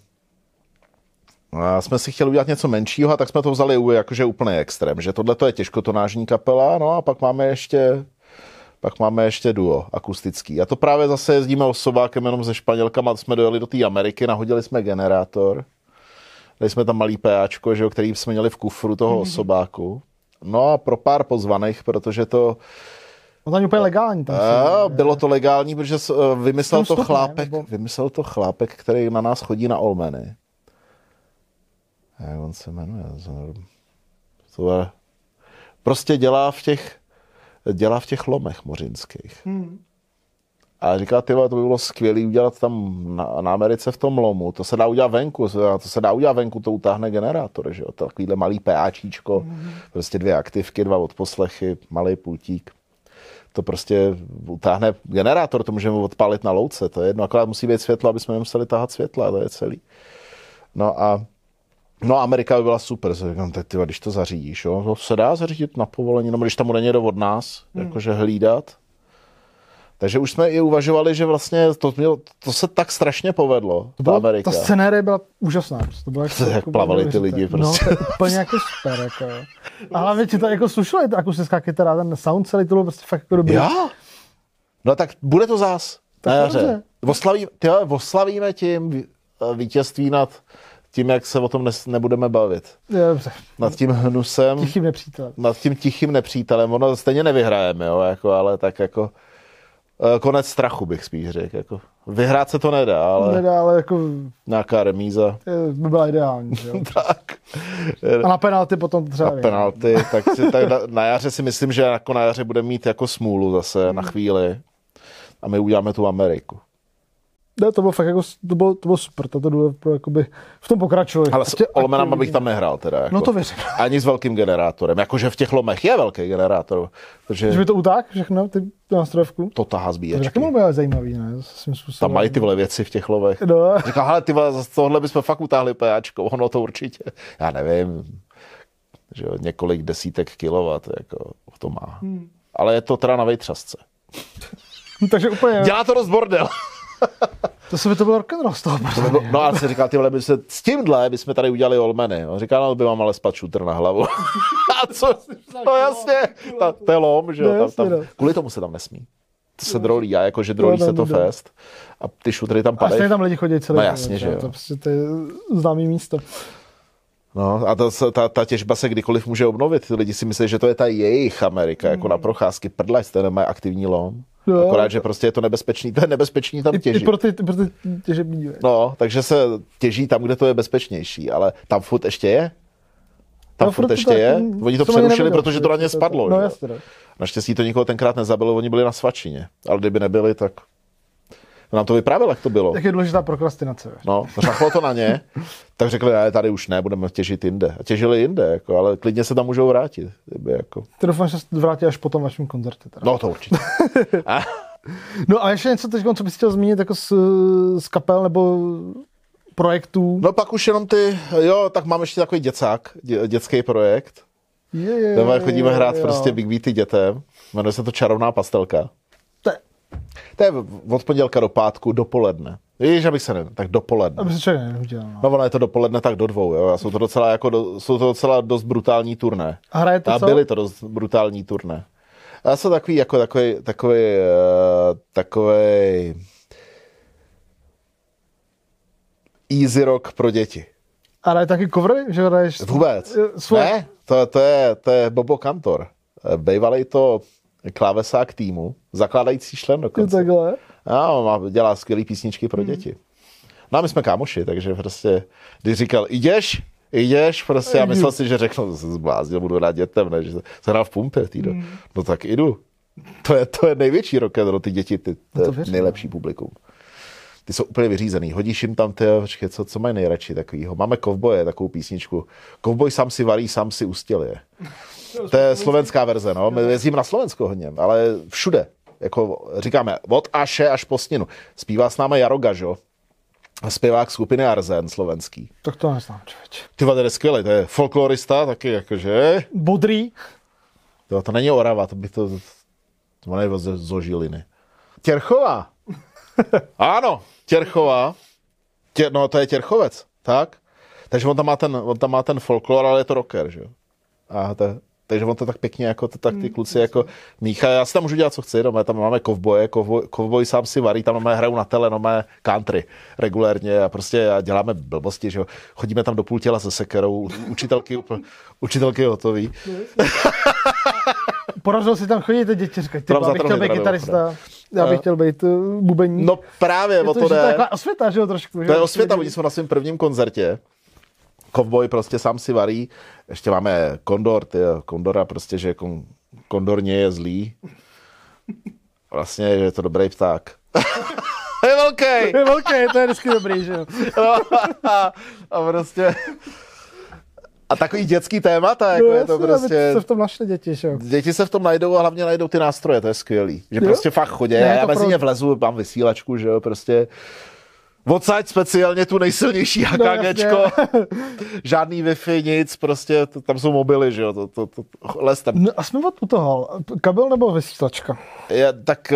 a jsme si chtěli udělat něco menšího a tak jsme to vzali jakože úplný extrém, že tohle to je těžkotonážní kapela, no a pak máme ještě pak máme ještě duo akustický. A to právě zase jezdíme osobákem jenom ze Španělkama, jsme dojeli do té Ameriky, nahodili jsme generátor, dali jsme tam malý PAčko, že jo, který jsme měli v kufru toho mm-hmm. osobáku. No a pro pár pozvaných, protože to no to úplně legální. Tam a, bylo to legální, protože vymyslel to, chlápek, nebo... vymyslel to chlápek, který na nás chodí na Olmeny. Jak on se jmenuje? To je, prostě dělá v těch dělá v těch lomech mořinských. Hmm. A říká, ty, to by bylo skvělé udělat tam na, na Americe v tom lomu. To se dá udělat venku. To se dá udělat venku, to utáhne generátor. Že jo? Takovýhle malý PAčíčko, hmm. prostě dvě aktivky, dva odposlechy, malý pultík. To prostě utáhne generátor, to můžeme odpálit na louce. To je jedno, akorát musí být světlo, aby jsme nemuseli tahat světla. To je celý. No a No Amerika by byla super, říkám, tak tyva, když to zařídíš, jo, to se dá zařídit na povolení, no když tam bude někdo od nás, hmm. jakože hlídat. Takže už jsme i uvažovali, že vlastně to, mělo, to se tak strašně povedlo, to bylo, ta Amerika. Ta scenérie byla úžasná. To bylo jako, jak plavali ty lidi prostě. No, to je úplně jako super, jako. A hlavně ti to jako slušilo, je to akustická kytara, ten sound celý, to bylo prostě fakt jako dobrý. Jo? No tak bude to zás na jaře. Oslaví, tyhle, oslavíme tím vítězství nad tím, jak se o tom nes, nebudeme bavit. Dobře. Nad tím hnusem. Tichým nepřítelem. Nad tím tichým nepřítelem. Ono stejně nevyhrajeme, jo, jako, ale tak jako konec strachu bych spíš řekl. Jako. Vyhrát se to nedá, ale, nedá, ale jako nějaká remíza. By byla ideální. Jo? Tak. A na penalty potom třeba. Na penalty, tak, si, tak na, na jaře si myslím, že jako na jaře budeme mít jako smůlu zase hmm. na chvíli. A my uděláme tu Ameriku. Ne, to bylo fakt jako, to bylo, to bylo super, to bylo jakoby, v tom pokračovali. Ale s Olmenama bych tam nehrál teda. Jako. No to věřím. Ani s velkým generátorem, jakože v těch lomech je velký generátor. Takže... Že by to utáhl všechno, ty nástrojovku? To tahá zbíječky. To taky bylo zajímavý, ne? Tam mají ty vole věci v těch lomech. No. Říkal, hele, ty vole, z tohohle bychom fakt utáhli PAčko, ono to určitě. Já nevím, že jo, několik desítek kilovat, jako to má. Hmm. Ale je to teda na vejtřasce. Takže úplně... Dělá to dost bordel. To se by to bylo rock'n'roll z toho. To by bylo, no a si říkal, ty vole, by se, s tímhle bychom tady udělali Olmeny. On říkal, no by mám ale spat šutr na hlavu. A co? No jasně, ta, to je lom, že jo. Tam, tam, kvůli tomu se tam nesmí. To se drolí, a jakože drolí se to fest. A ty šutry tam padají. A tam lidi chodí celý. No jasně, že jo. To, prostě, to je známý místo. No a to, ta, ta těžba se kdykoliv může obnovit. Ty lidi si myslí, že to je ta jejich Amerika, jako na procházky. Prdlač, to nemají aktivní lom. No. Akorát, že prostě je to nebezpečný, to je nebezpečný tam těžit. I, i pro ty, pro ty těžební. No, takže se těží tam, kde to je bezpečnější, ale tam furt ještě je. Tam no, furt ještě je. Ten, oni to přerušili, protože to na ně spadlo. No, jasně. Naštěstí to nikoho tenkrát nezabilo, oni byli na svačině. Ale kdyby nebyli, tak nám to vyprávěl, jak to bylo. Jak je důležitá prokrastinace. No, řachlo to na ně, tak řekli, ne, tady už ne, budeme těžit jinde. A těžili jinde, jako, ale klidně se tam můžou vrátit. Kdyby, jako. Ty doufám, že se vrátí až po tom vašem koncertu. Teda. No to určitě. No a ještě něco teď, co bys chtěl zmínit jako z, z kapel nebo projektů? No pak už jenom ty, jo, tak mám ještě takový děcák, dě, dětský projekt. Je, je, Doma chodíme je, hrát je, prostě Big Beaty dětem. Jmenuje se to Čarovná pastelka. To je, to je od pondělka do pátku dopoledne. Víš, abych se ne, tak dopoledne. Aby se člověk nenutil. No. no ono je to dopoledne tak do dvou, jo. A jsou to docela, jako do, jsou to docela dost brutální turné. A hraje to A co? byly to dost brutální turné. A jsou takový, jako takový, takový, uh, takový easy rock pro děti. A hraje taky covery? Že hraješ vůbec. Svoje... Ne, to, to, je, to je Bobo Kantor. Bejvalej to klávesák týmu, zakládající člen dokonce. Takhle. A dělá skvělý písničky pro děti. Hmm. No a my jsme kámoši, takže prostě, když říkal, jdeš, jdeš, prostě já myslel si, že řeknu, se zbláznil, budu hrát dětem, ne, že se hrál v pumpě, týdo. Hmm. No tak jdu. To je, to je největší rock'n'roll, ty děti, ty, to je no nejlepší publikum. Ty jsou úplně vyřízený. Hodíš jim tam ty, počkej, co, co mají nejradši takovýho. Máme Kovboje, takovou písničku. Kovboj sám si varí, sám si ustěluje. To je slovenská verze, no. My jezdíme na Slovensko hodně, ale všude. Jako říkáme, od Aše až po Sninu. Zpívá s námi Jaro Gažo. Zpěvák skupiny Arzen, slovenský. Tak to neznám, člověč. Ty vole, to je skvělý, to je folklorista taky, jakože. Bodrý. To, to není Orava, to by to... To není z Zožiliny. Těrchová. Ano, Těrchová. Tě, no to je Těrchovec, tak? Takže on tam má ten, on tam má ten folklor, ale je to rocker, že jo? A to, takže on to tak pěkně, jako to, tak ty kluci jako míchají. Já si tam můžu dělat, co chci, no, tam máme kovboje, kovboj, kovboj sám si varí, tam máme hraju na tele, no, máme country regulérně a prostě a děláme blbosti, že jo? Chodíme tam do půl těla se sekerou, učitelky, učitelky hotový. Porazil si tam chodit ty děti, říkají, ty bych chtěl být kytarista, já bych chtěl být uh, bubeník. No právě, je o to, to jde. To je taková osvěta, že jo, trošku. To že? je osvěta, oni jsou na svém prvním koncertě. Kovboj prostě sám si varí. Ještě máme Kondor, ty, Kondora prostě, že kon, Kondor nie je zlý. Vlastně, že je to dobrý pták. Je velký. Je velký, to je vždycky dobrý, že jo. A prostě... A takový dětský témata, jako no, je to jasně, prostě... se v tom našli děti, že jo. Děti se v tom najdou a hlavně najdou ty nástroje, to je skvělý. Že jo? prostě fakt chodí. Já, já mezi pro... ně vlezu, mám vysílačku, že jo, prostě... Odsaď speciálně tu nejsilnější HKGčko. No, žádný Wi-Fi, nic, prostě to, tam jsou mobily, že jo, to, to, to, les tam. No, a jsme od u toho, kabel nebo vysílačka? Je, tak...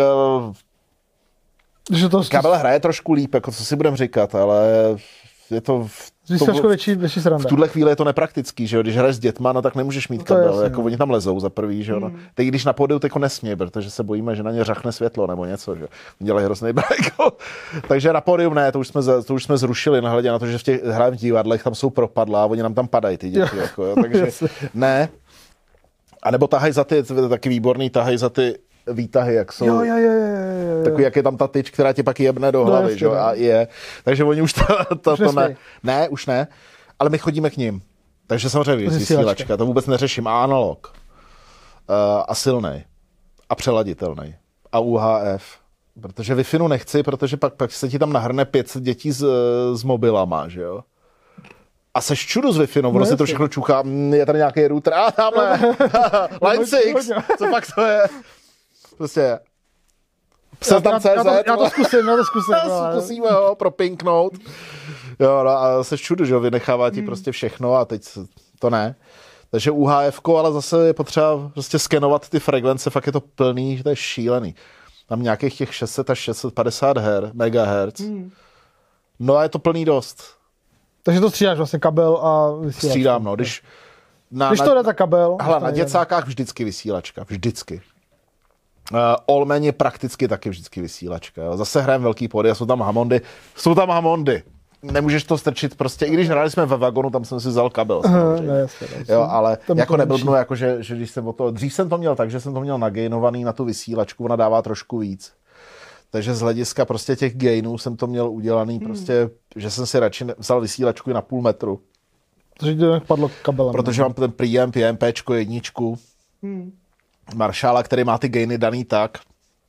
Uh, to kabel hraje trošku líp, jako co si budem říkat, ale je to... Vysílačko větší, větší sranda. V tuhle chvíli je to nepraktický, že jo, když hraješ s dětma, no tak nemůžeš mít kabel, jasný, jako no. Oni tam lezou za prvý, že jo, no. Hmm. Teď když na pódiu jako nesmí, protože se bojíme, že na ně řachne světlo nebo něco, že jo. Dělají hrozný brajko. Takže na pódium ne, to už jsme, to už jsme zrušili, nahledě na to, že v těch hrajeme v divadlech, tam jsou propadla a oni nám tam padají ty děti, jo. Jako, jo. Takže ne. A nebo tahaj za ty, taky výborný, tahaj za ty výtahy, jak jsou. Jo, jo, jo, jo, jo. Takový, jak je tam ta tyč, která ti pak jebne do hlavy, no, že jo, a je. Takže oni už to, to, už to ne. Ne, už ne. Ale my chodíme k ním. Takže samozřejmě vysílačka, to vůbec neřeším. A analog. Uh, a silnej. A přeladitelný. A U H F. Protože Wi-Fi nechci, protože pak, pak se ti tam nahrne pět set dětí s, s mobilama, že jo. A seš čudu z Wi-Fi, no, ono si to všechno čuchá, je tady nějaký router, a tamhle, Line six, co pak to je? Prostě Seznam tečka cé zet. Já to zkusím, já to zkusím. Zkusíme ho propinknout. Jo, no, a seš čudu, že jo, vynechává ti hmm. prostě všechno a teď to ne. Takže U H F ko, ale zase je potřeba prostě skenovat ty frekvence, fakt je to plný, že to je šílený. Tam nějakých těch šest set až šest set padesát megahertz. Hmm. No a je to plný dost. Takže to střídáš vlastně kabel a vysílačka. Střídám, no. Když, na, Když to jde ta kabel. Hele, na děcákách vždycky vysílačka. Vždycky. Uh, Olmen je prakticky taky vždycky vysílačka. Jo. Zase hrajeme velký pódy a jsou tam Hammondy. Jsou tam Hammondy. Nemůžeš to strčit prostě. I když hráli jsme ve vagonu, tam jsem si vzal kabel. Aha, ne, jasně, jasně. Jo, ale tam jako neblbnu, jako že, že když jsem o to... Dřív jsem to měl tak, že jsem to měl nagainovaný na tu vysílačku, ona dává trošku víc. Takže z hlediska prostě těch gainů jsem to měl udělaný hmm. prostě, že jsem si radši vzal vysílačku na půl metru. Takže to padlo kabelem. Protože mám ten preamp, PMPčko, jedničku. Hmm. Marshalla, který má ty gainy daný tak,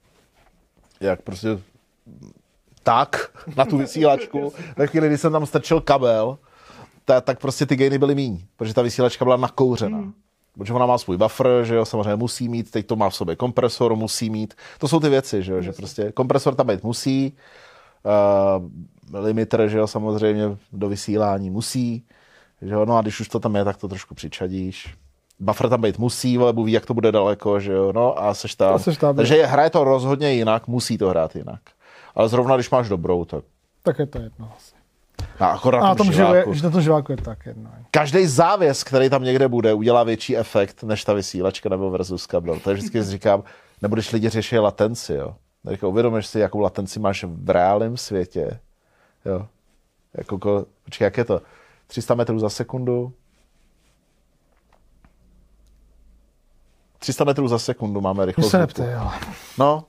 jak prostě tak na tu vysílačku. Ve chvíli, kdy jsem tam strčil kabel, ta, tak prostě ty gainy byly míň, protože ta vysílačka byla nakouřená. Hmm. Protože ona má svůj buffer, že jo, samozřejmě musí mít, teď to má v sobě kompresor, musí mít. To jsou ty věci, že jo, že prostě kompresor tam být musí, uh, limiter, že jo, samozřejmě do vysílání musí, že jo, no a když už to tam je, tak to trošku přičadíš. Buffer tam být musí, ale ví, jak to bude daleko, že jo, no a seš tam. Seš tam Takže hraje to rozhodně jinak, musí to hrát jinak. Ale zrovna, když máš dobrou, tak... Tak je to jedno asi. A akorát na tom živáku. Že na tom živáku je tak jedno. Každý závěs, který tam někde bude, udělá větší efekt, než ta vysílačka nebo versus kabel. To je vždycky říkám, nebudeš lidi řešit latenci, jo. Tak uvědomíš si, jakou latenci máš v reálném světě, jo. Jako, počkej, jak je to? tři sta metrů za sekundu. tři sta metrů za sekundu máme rychlost. Se neptej, jo. No.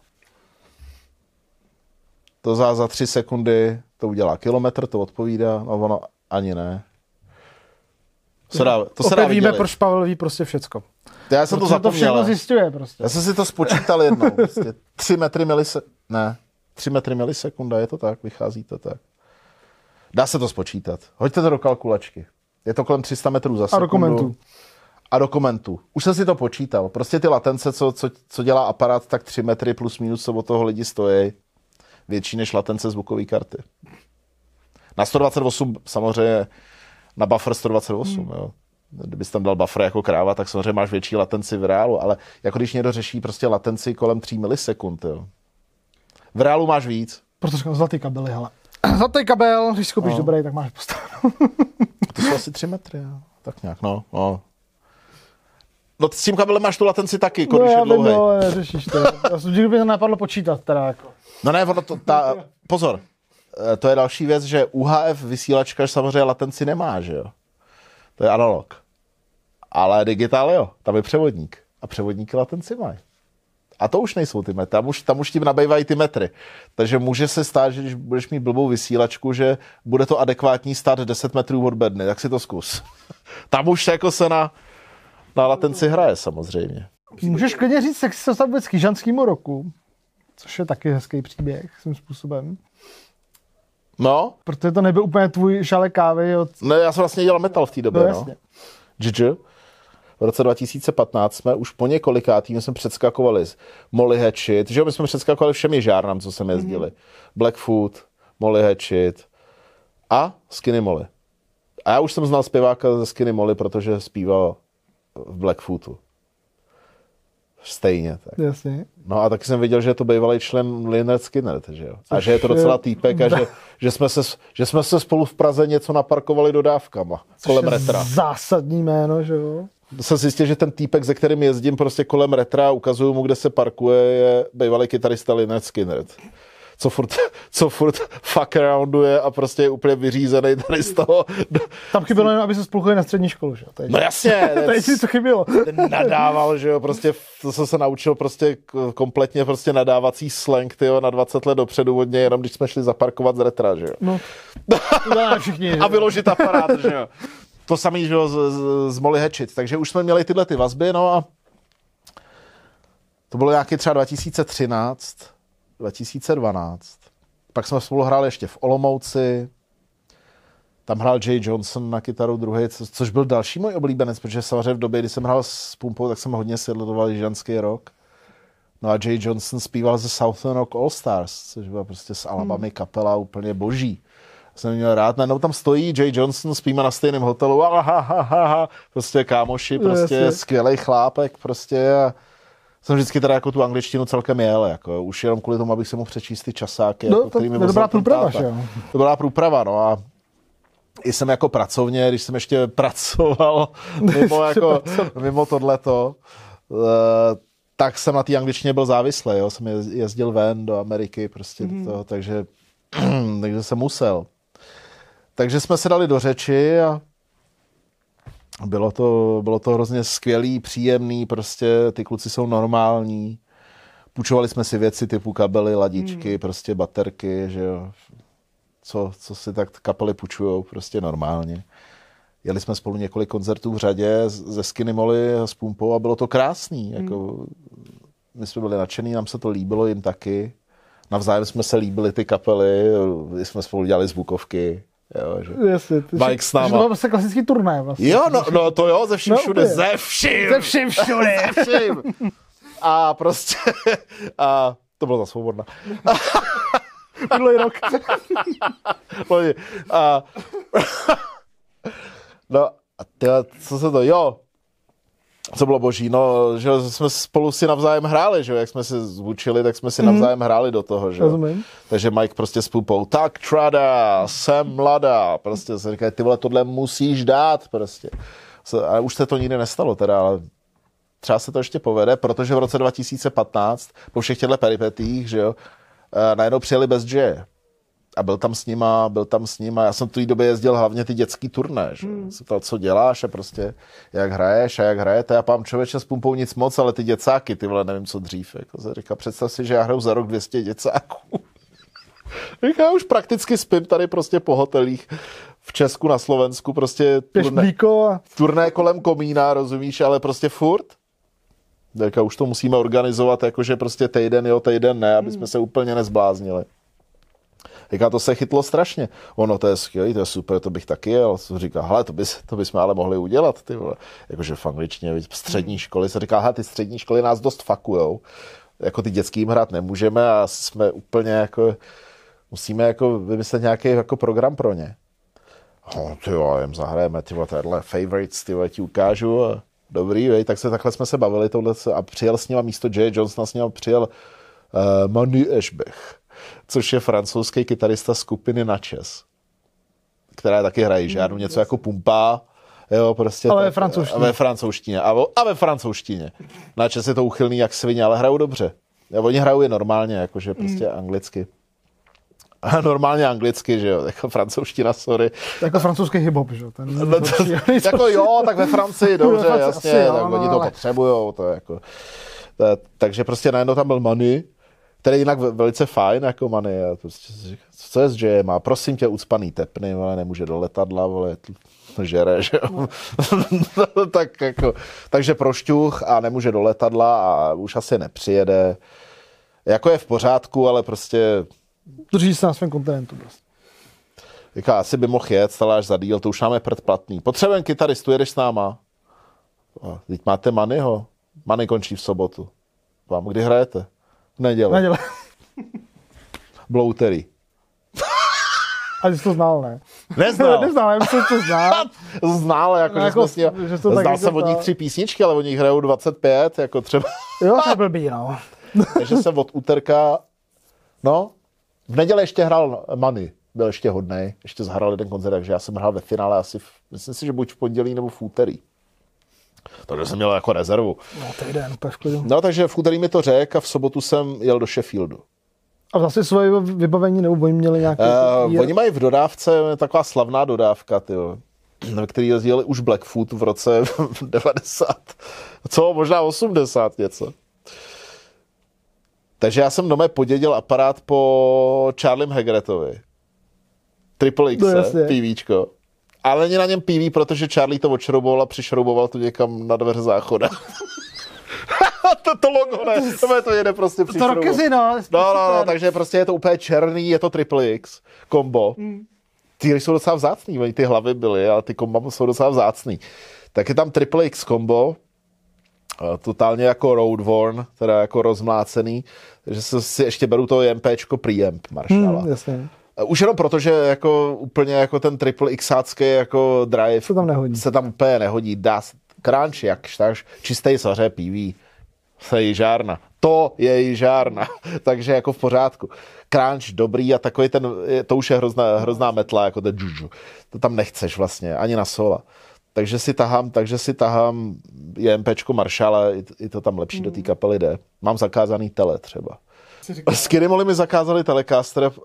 To za, za tři sekundy to udělá kilometr, to odpovídá, no ono ani ne. To se dá, to se dá víme, viděli. Proč Pavel ví prostě všecko. Já jsem Protože to zapomněl. To všechno zjišťuje prostě. Já jsem si to spočítal jednou. Prostě tři metry milisekunda. Ne, tři metry milisekunda, je to tak, vychází to tak. Dá se to spočítat. Hoďte to do kalkulačky. Je to kolem tři sta metrů za sekundu. A dokumentu. A dokumentu. Už jsem si to počítal. Prostě ty latence, co, co, co dělá aparát, tak tři metry plus minus, co od toho lidi stojí. Větší než latence zvukové karty. Na sto dvacet osm samozřejmě, na buffer sto dvacet osm, hmm. jo. Kdybys tam dal buffer jako kráva, tak samozřejmě máš větší latenci v reálu, ale jako když někdo řeší prostě latenci kolem tří milisekund, jo. V reálu máš víc. Protože zlatý kabely, hele. Zlatý kabel, když koupíš no. dobrý, tak máš postavenou. To jsou asi tři metry, jo. Tak nějak, no, no. No s tím kabelem máš tu latenci taky, jako no, když je dlouhej. No, já vím, no, řešíš to. Já jsem kdyby to napadlo počítat, teda jako. No ne, ono to, ta, pozor, to je další věc, že U H F vysílačka samozřejmě latenci nemá, že jo. To je analog. Ale digitál jo, tam je převodník. A převodníky latenci mají. A to už nejsou ty metry, tam už, tam už tím nabývají ty metry. Takže může se stát, že když budeš mít blbou vysílačku, že bude to adekvátní stát deset metrů od bedny, tak si to zkus. Tam už jako se na, na latenci hraje samozřejmě. Můžeš klidně říct, jak jsi se dostal vůbec k jižanskému roku, což je taky hezký příběh svým způsobem. No. Protože to nebyl úplně tvůj žalek kávy. Od... Ne, já jsem vlastně dělal metal v té době, no. no. G G. V roce dva tisíce patnáct jsme už po několikátý, my jsme předskakovali Molly Hatchet, že jo, my jsme předskakovali všemi žárnám, co jsme jezdili. Mm-hmm. Blackfoot, Molly Hatchet a Skinny Molly. A já už jsem znal zpěváka ze Skinny Molly, protože zpíval v Blackfootu. Stejně. Tak. Jasně. No a taky jsem viděl, že je to bývalý člen Lynyrd Skynyrd, že jo. A že je to docela týpek a že, že, jsme se, že jsme se spolu v Praze něco naparkovali dodávkama kolem retra. Zásadní jméno, že jo. Jsem zjistil, že ten týpek, se kterým jezdím prostě kolem retra, ukazuju mu, kde se parkuje, je bývalý kytarista Lynyrd Skynyrd. Co furt, co furt fuck arounduje a prostě je úplně vyřízený tady z toho. Tam chybělo jenom, aby se spolkali na střední školu, že jo? No jasně. To je co chybělo. Ten nadával, že jo, prostě to jsem se naučil prostě kompletně prostě nadávací slang, tyjo, na dvacet let dopředu od něj, jenom když jsme šli zaparkovat z retra, že jo. No, to dáme všichni. A vyložit aparát, že jo. To samý, že jo, z, z, z Molly Hatchet. Takže už jsme měli tyhle ty vazby, no a to bylo nějaký třeba dva tisíce třináct, dva tisíce dvanáct. Pak jsme spolu hráli ještě v Olomouci. Tam hrál Jay Johnson na kytaru druhý, co, což byl další můj oblíbenec, protože samozřejmě v době, kdy jsem hrál s Pumpou, tak jsem hodně sledoval jižanský rock. No a Jay Johnson zpíval ze Southern Rock All Stars, což byla prostě s Alabamy hmm. kapela úplně boží. Jsem měl rád, najednou tam stojí Jay Johnson, spíme na stejném hotelu, aha, aha, aha, prostě kámoši, prostě yes, skvělej chlápek, prostě a jsem vždycky teda jako tu angličtinu celkem jel, jako už jenom kvůli tomu, abych se mohl přečíst ty časáky. No, jako, to, to byla průprava, že jo? To byla průprava, no a i jsem jako pracovně, když jsem ještě pracoval mimo, jako, mimo tohleto, uh, tak jsem na té angličtině byl závislý, jo, jsem jezdil ven do Ameriky, prostě mm. do toho, takže, takže jsem musel. Takže jsme se dali do řeči a bylo to, bylo to hrozně skvělý, příjemný, prostě ty kluci jsou normální. Půjčovali jsme si věci typu kabely, ladičky, hmm. prostě baterky, že jo. Co, co si tak kapely půjčujou, prostě normálně. Jeli jsme spolu několik koncertů v řadě ze Skinny Molly a s Pumpou a bylo to krásný. Hmm. Jako, my jsme byli nadšený, nám se to líbilo, jim taky. Navzájem jsme se líbili ty kapely, jsme spolu dělali zvukovky. Jo, že... Jasně, Mike s náma. To byl vlastně klasický turnaj vlastně. Jo, no, no to jo, ze vším no, všude, ze vším. Ze vším všude. Ze vším. A prostě, a to bylo za svobodná. Minulý rok. a, no a tyhle, co se to, jo, co bylo boží, no, že jsme spolu si navzájem hráli, že jak jsme se zvučili, tak jsme si navzájem hráli do toho, že Rozumím. Takže Mike prostě s Pupou, tak trada, jsem mladá, prostě se říká, ty vole, tohle musíš dát, prostě. A už se to nikdy nestalo teda, ale třeba se to ještě povede, protože v roce dva tisíce patnáct, po všech těchto peripetích, že jo, najednou přijeli bez J. A byl tam s nima, byl tam s nima. Já jsem v té době jezdil hlavně ty dětský turné, že? Hmm. To, co děláš a prostě jak hraješ a jak hrajete. Já pám člověče s Pumpou nic moc, ale ty děcáky, ty vole, nevím, co dřív. Jako se říká, představ si, že já hraju za rok dvě stě děcáků. Já už prakticky spím tady prostě po hotelích v Česku, na Slovensku, prostě turné, turné kolem komína, rozumíš, ale prostě furt. Tak už to musíme organizovat, jakože prostě týden jo, týden ne, aby jsme se úplně nezbláznili. Říká, to se chytlo strašně. Ono, to je skvělý, to je super, to bych taky jel. Říká, hele, to, bys, to bychom ale mohli udělat, ty vole. Jakože v angličtině, v střední školy se říká, hele, ty střední školy nás dost fakujou. Jako ty dětským hrát nemůžeme a jsme úplně jako Musíme jako vymyslet nějaký jako program pro ně. Oh, ty jo, jen zahrajeme, ty tohle favorites, ty ti ukážu. A dobrý, vej, tak se takhle jsme se bavili tohle a přijel s ním místo Jay Johnsona s ním přijel uh, Manu Ešbech, což je francouzský kytarista skupiny Natchez, která taky hraje žádnou něco jako Pumpa, jo, prostě. Ale tak, ve francouzštině. Ve francouzštině. A, a ve francouzštině. Natchez je to uchylný jak svině, ale hrajou dobře. A oni hrajou je normálně, jakože prostě mm. anglicky. A normálně anglicky, že jo, jako francouzština, sorry. Jako francouzský hip-hop, že jo. Ten no to, jako jo, tak ve Francii, dobře, ve jasně, asi, tak no, oni to ale... potřebujou, to jako. To, takže prostě najednou tam byl Manu, který jinak velice fajn, jako Manu. Prostě, co je s Jayem? A prosím tě, ucpaný tepny, ale nemůže do letadla, vole, žere, že jo. tak jako, takže prošťuch a nemůže do letadla a už asi nepřijede. Jako je v pořádku, ale prostě drží se na svém kontinentu. Prostě. Říká, asi by mohl jet, ale až za díl, to už máme předplatný. Potřebujeme kytaristu, jedeš s náma. Teď máte Manyho. Many končí v sobotu. Vám kdy hrajete? V neděli. Neděle. Bloutery. A jsi to znal, ne? Neznal. Neznal, já myslím, že to znal. Znal, jako, no, že jako, jsme s ním, znal jsem od nich tři písničky, ale od nich hrajou dvacet pět, jako třeba. Jo, to je blbý, no. Takže jsem od úterka, no, v neděli ještě hrál Manu, byl ještě hodnej, ještě zahrál jeden koncert, takže já jsem hrál ve finále asi, v, myslím si, že buď v pondělí nebo v úterý. Takže jsem měl jako rezervu. No, to jde, no, v klidu. No, takže v úterý mi to řekl a v sobotu jsem jel do Sheffieldu. A vlastně svoje vybavení, nebo oni měli nějaké... Uh, oni mají v dodávce taková slavná dodávka, tyjo, ve který jezdili už Blackfoot v roce devadesát. Co? Možná osmdesát něco. Takže já jsem doma podědil aparát po Charliem Hagrettovi. Triple X, no, PVčko. Ale není na něm P V, protože Charlie to odšrouboval a přišrouboval to někam na dveře záchoda. to, to logo ne, to, to jede prostě přišroubovat. To rokezy, no. No, no, no, takže prostě je to úplně černý, je to Triple X kombo. Mm. Ty jsou docela vzácný, oni ty hlavy byly, ale ty komba jsou docela vzácný. Tak je tam Triple X kombo, totálně jako roadworn, teda jako rozmlácený, že se si ještě beru to EMPčko preamp Marshalla. Hmm, jasně. Už jenom proto, že jako úplně jako ten triple Xácký jako drive se tam nehodí. Se tam úplně nehodí. Dá crunch, jak štáš, čistý saře P V. To je jižárna. To je jižárna. Takže jako v pořádku. Crunch dobrý a takový ten, to už je hrozná, hrozná metla, jako ten džužu. To tam nechceš vlastně, ani na sola. Takže si tahám, takže si tahám EMPčko Marshalla, i to tam lepší mm. do té kapely jde. Mám zakázaný tele třeba. Skinny Molly mi zakázali Telecaster a,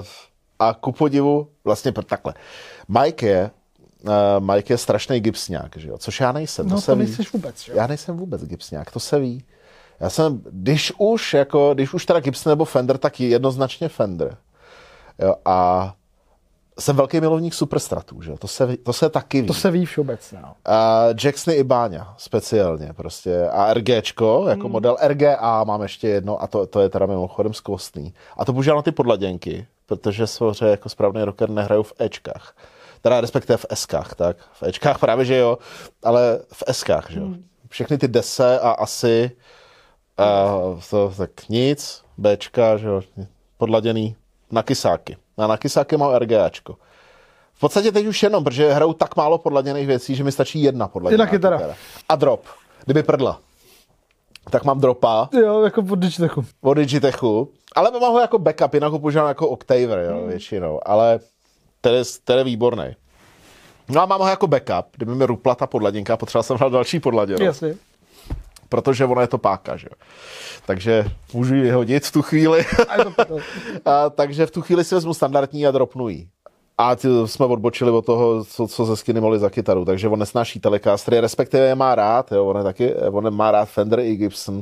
a ku podivu, vlastně takhle. Mike je, uh, Mike je strašný gipsňák, že jo? Což já nejsem. No to, to se nejseš ví. vůbec, jo? Já nejsem vůbec gipsňák, to se ví. Já jsem, když už, jako, když už teda Gibson nebo Fender, tak jednoznačně Fender. Jo, a jsem velký milovník superstratů, že jo? To se, to se taky ví. To se ví všeobecně. No. A Jacksony i Báňa speciálně prostě. A RGčko, jako hmm. model R G A mám ještě jedno a to, to je teda mimochodem skvostný. A to používám na ty podladěnky, protože svoře jako správný rocker nehrajou v Ečkách. Teda respektive v Eskách, tak. V Ečkách právě, že jo, ale v Eskách, že jo. Hmm. Všechny ty dese a asi a to tak nic, Bčka, že jo, podladěný na kysáky. A na kysáky mám RGAčko. V podstatě teď už jenom, protože hraju tak málo podladěných věcí, že mi stačí jedna podladěná jedna kytara. kytara. A drop. Kdyby prdla. Tak mám dropa. Jo, jako od Digitechu. Od Digitechu. Ale mám ho jako backup, jinak ho používám jako Octaver, jo, hmm. většinou. Ale ten je, ten je výborný. No a mám ho jako backup, kdyby mi rupla ta podladěnka a potřeboval jsem hrát další podladě. Jasně. Protože ono je to páka, že jo. Takže můžu ji vyhodit v tu chvíli. A, takže v tu chvíli si vezmu standardní a dropnu ji. A ty jsme odbočili od toho, co, co ze Skinny Molly za kytaru. Takže on nesnáší Telecastery, respektive je má rád. Jo. On, je taky, on má rád Fender i Gibson.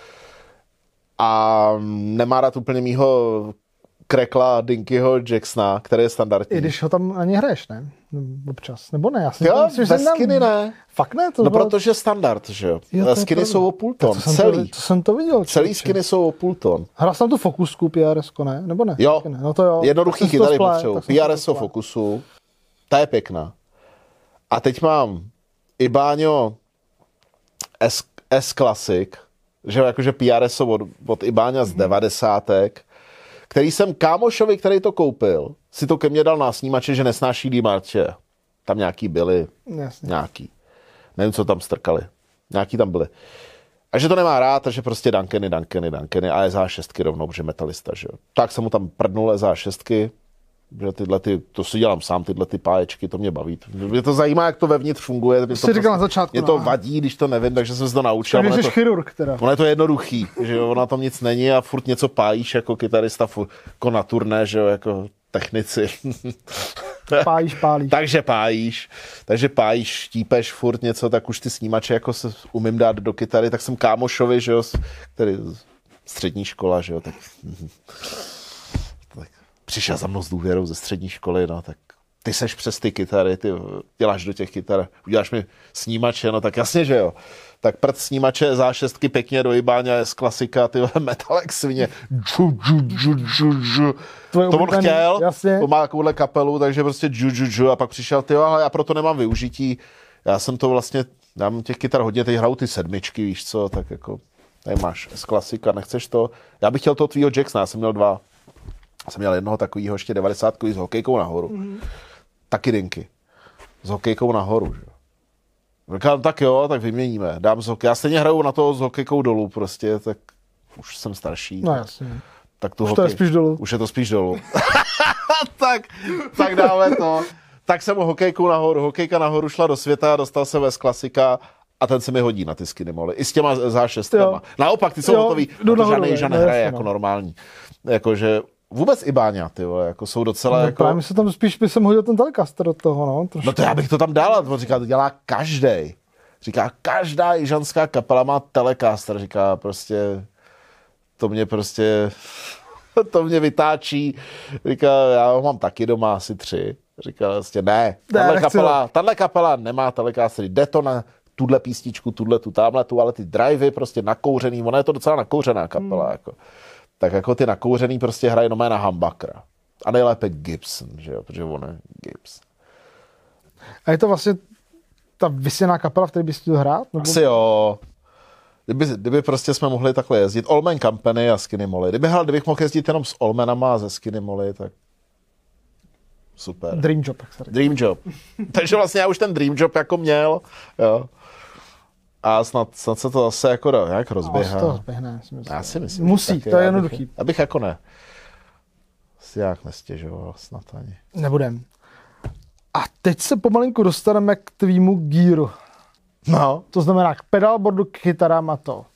A nemá rád úplně mýho Krekla Dinkyho Jacksona, který je standardní. I když ho tam ani hraješ, ne? Občas. Nebo ne? Já si jo, myslím, ve Skinny ne. Fakt ne? To no bylo... protože standard, že jo. jo Skinny jsou o půl ton. To celý. To, to jsem to viděl. Celý Skinny jsou o půl ton. Hrál jsem tu Focusku P R S, ne? Nebo ne? Jo. Ne. No to jo. Jednoduchý kytary potřebuji. P R S o Focusu. Ta je pěkná. A teď mám Ibanho S, S Classic, že jakože P R S od, od Ibanha z devadesátek, který jsem kámošovi, který to koupil, si to ke mně dal na snímače, že nesnáší Dimarče. Tam nějaký byli, Jasně. nějaký. Nevím, co tam strkali. Nějaký tam byli. A že to nemá rád, takže prostě Duncany, Duncany, Duncany a S H šest rovnou, protože metalista, že jo. Tak jsem mu tam prdnul S H šest, že tyhle ty, to si dělám sám, tyhle ty páječky, to mě baví. Mě to zajímá, jak to vevnitř funguje. Mě to, jsi říkal na začátku, mě to no. vadí, když to nevím, takže jsem se to naučil. Takže jsi chirurg teda. Ono je to jednoduchý, že jo, na tom nic není a furt něco pájíš jako kytarista, furt, jako na turné, že jo, jako technici. Pájíš, pálíš. takže pájíš, takže pájíš, štípeš furt něco, tak už ty snímače jako se umím dát do kytary, tak jsem kámošovi, že jo, který střední škola, že jo, tak, tak přišel za mnou s důvěrou ze střední školy, no, tak ty seš přes ty kytary, ty děláš do těch kytar, uděláš mi snímače, no tak jasně, že jo. Tak prd snímače za šestky pěkně do jibáňa S klasika, ty metalek svině. Džu, džu, džu, džu, džu. To on chtěl, jasně. On má takovouhle kapelu, takže prostě džu, džu, džu, a pak přišel, ty ale já proto nemám využití. Já jsem to vlastně, já mám těch kytar hodně, teď hraju ty sedmičky, víš co, tak jako, tady máš S klasika, nechceš to? Já bych chtěl toho tvýho Jacksona, já jsem měl dva. Já jsem měl jednoho takovýho ještě devadesátkový s hokejkou nahoru. Mm-hmm. Taky dinky. S hokejkou nahoru, že jo. Říkám, tak jo, tak vyměníme. Dám z hokej. Já stejně hraju na to s hokejkou dolů prostě, tak už jsem starší. No jasně. Tak tu už hokej, to je spíš dolů. Už je to spíš dolů. tak, tak dáme to. Tak jsem hokejkou nahoru. Hokejka nahoru šla do světa, dostal jsem S klasika a ten se mi hodí na ty skinny moly. I s těma S H šest. Naopak, ty jsou jo, hotový. To žádnej žádný hraje jako no. normální. Jakože vůbec i Báňa, ty vole, jako jsou docela no, jako... Právě se tam spíš by jsem hodil ten Telecaster do toho, no. Trošku. No to já bych to tam dal, on říká, to dělá každej. Říká, každá jižanská kapela má Telecaster, říká prostě, to mě prostě, to mě vytáčí. Říká, já ho mám taky doma asi tři. Říká vlastně, ne, tahle kapela, tahle kapela nemá Telecaster, jde to na tuhle písničku, tuhle tu, tamhle tu, ale ty drivey prostě nakouřený, ona je to docela nakouřená kapela, hmm. jako. Tak jako ty nakouřený prostě hrají jenom na humbuckera. A nejlépe Gibson, že jo, protože on je Gibson. A je to vlastně ta vysněná kapela, v které bys chtěl hrát? Nebo... Asi jo. Kdyby, kdyby prostě jsme mohli takhle jezdit. Allman Company a Skinny Moly. Kdyby, hele, kdybych mohl jezdit jenom s Allmanama a ze Skinny Moly, tak super. Dream job, tak se říká. Dream job. Takže vlastně já už ten dream job jako měl, jo. A snad, snad se to zase jako jak rozběhá. No, to rozběhne, si myslím. Já si myslím. Musí, taky, to je jednoduchý. Abych, abych jako ne. Si jak nestěžoval, snad ani. Nebudem. A teď se pomalinku dostaneme k tvýmu gearu. No. To znamená k pedalboardu, k kytarám a to.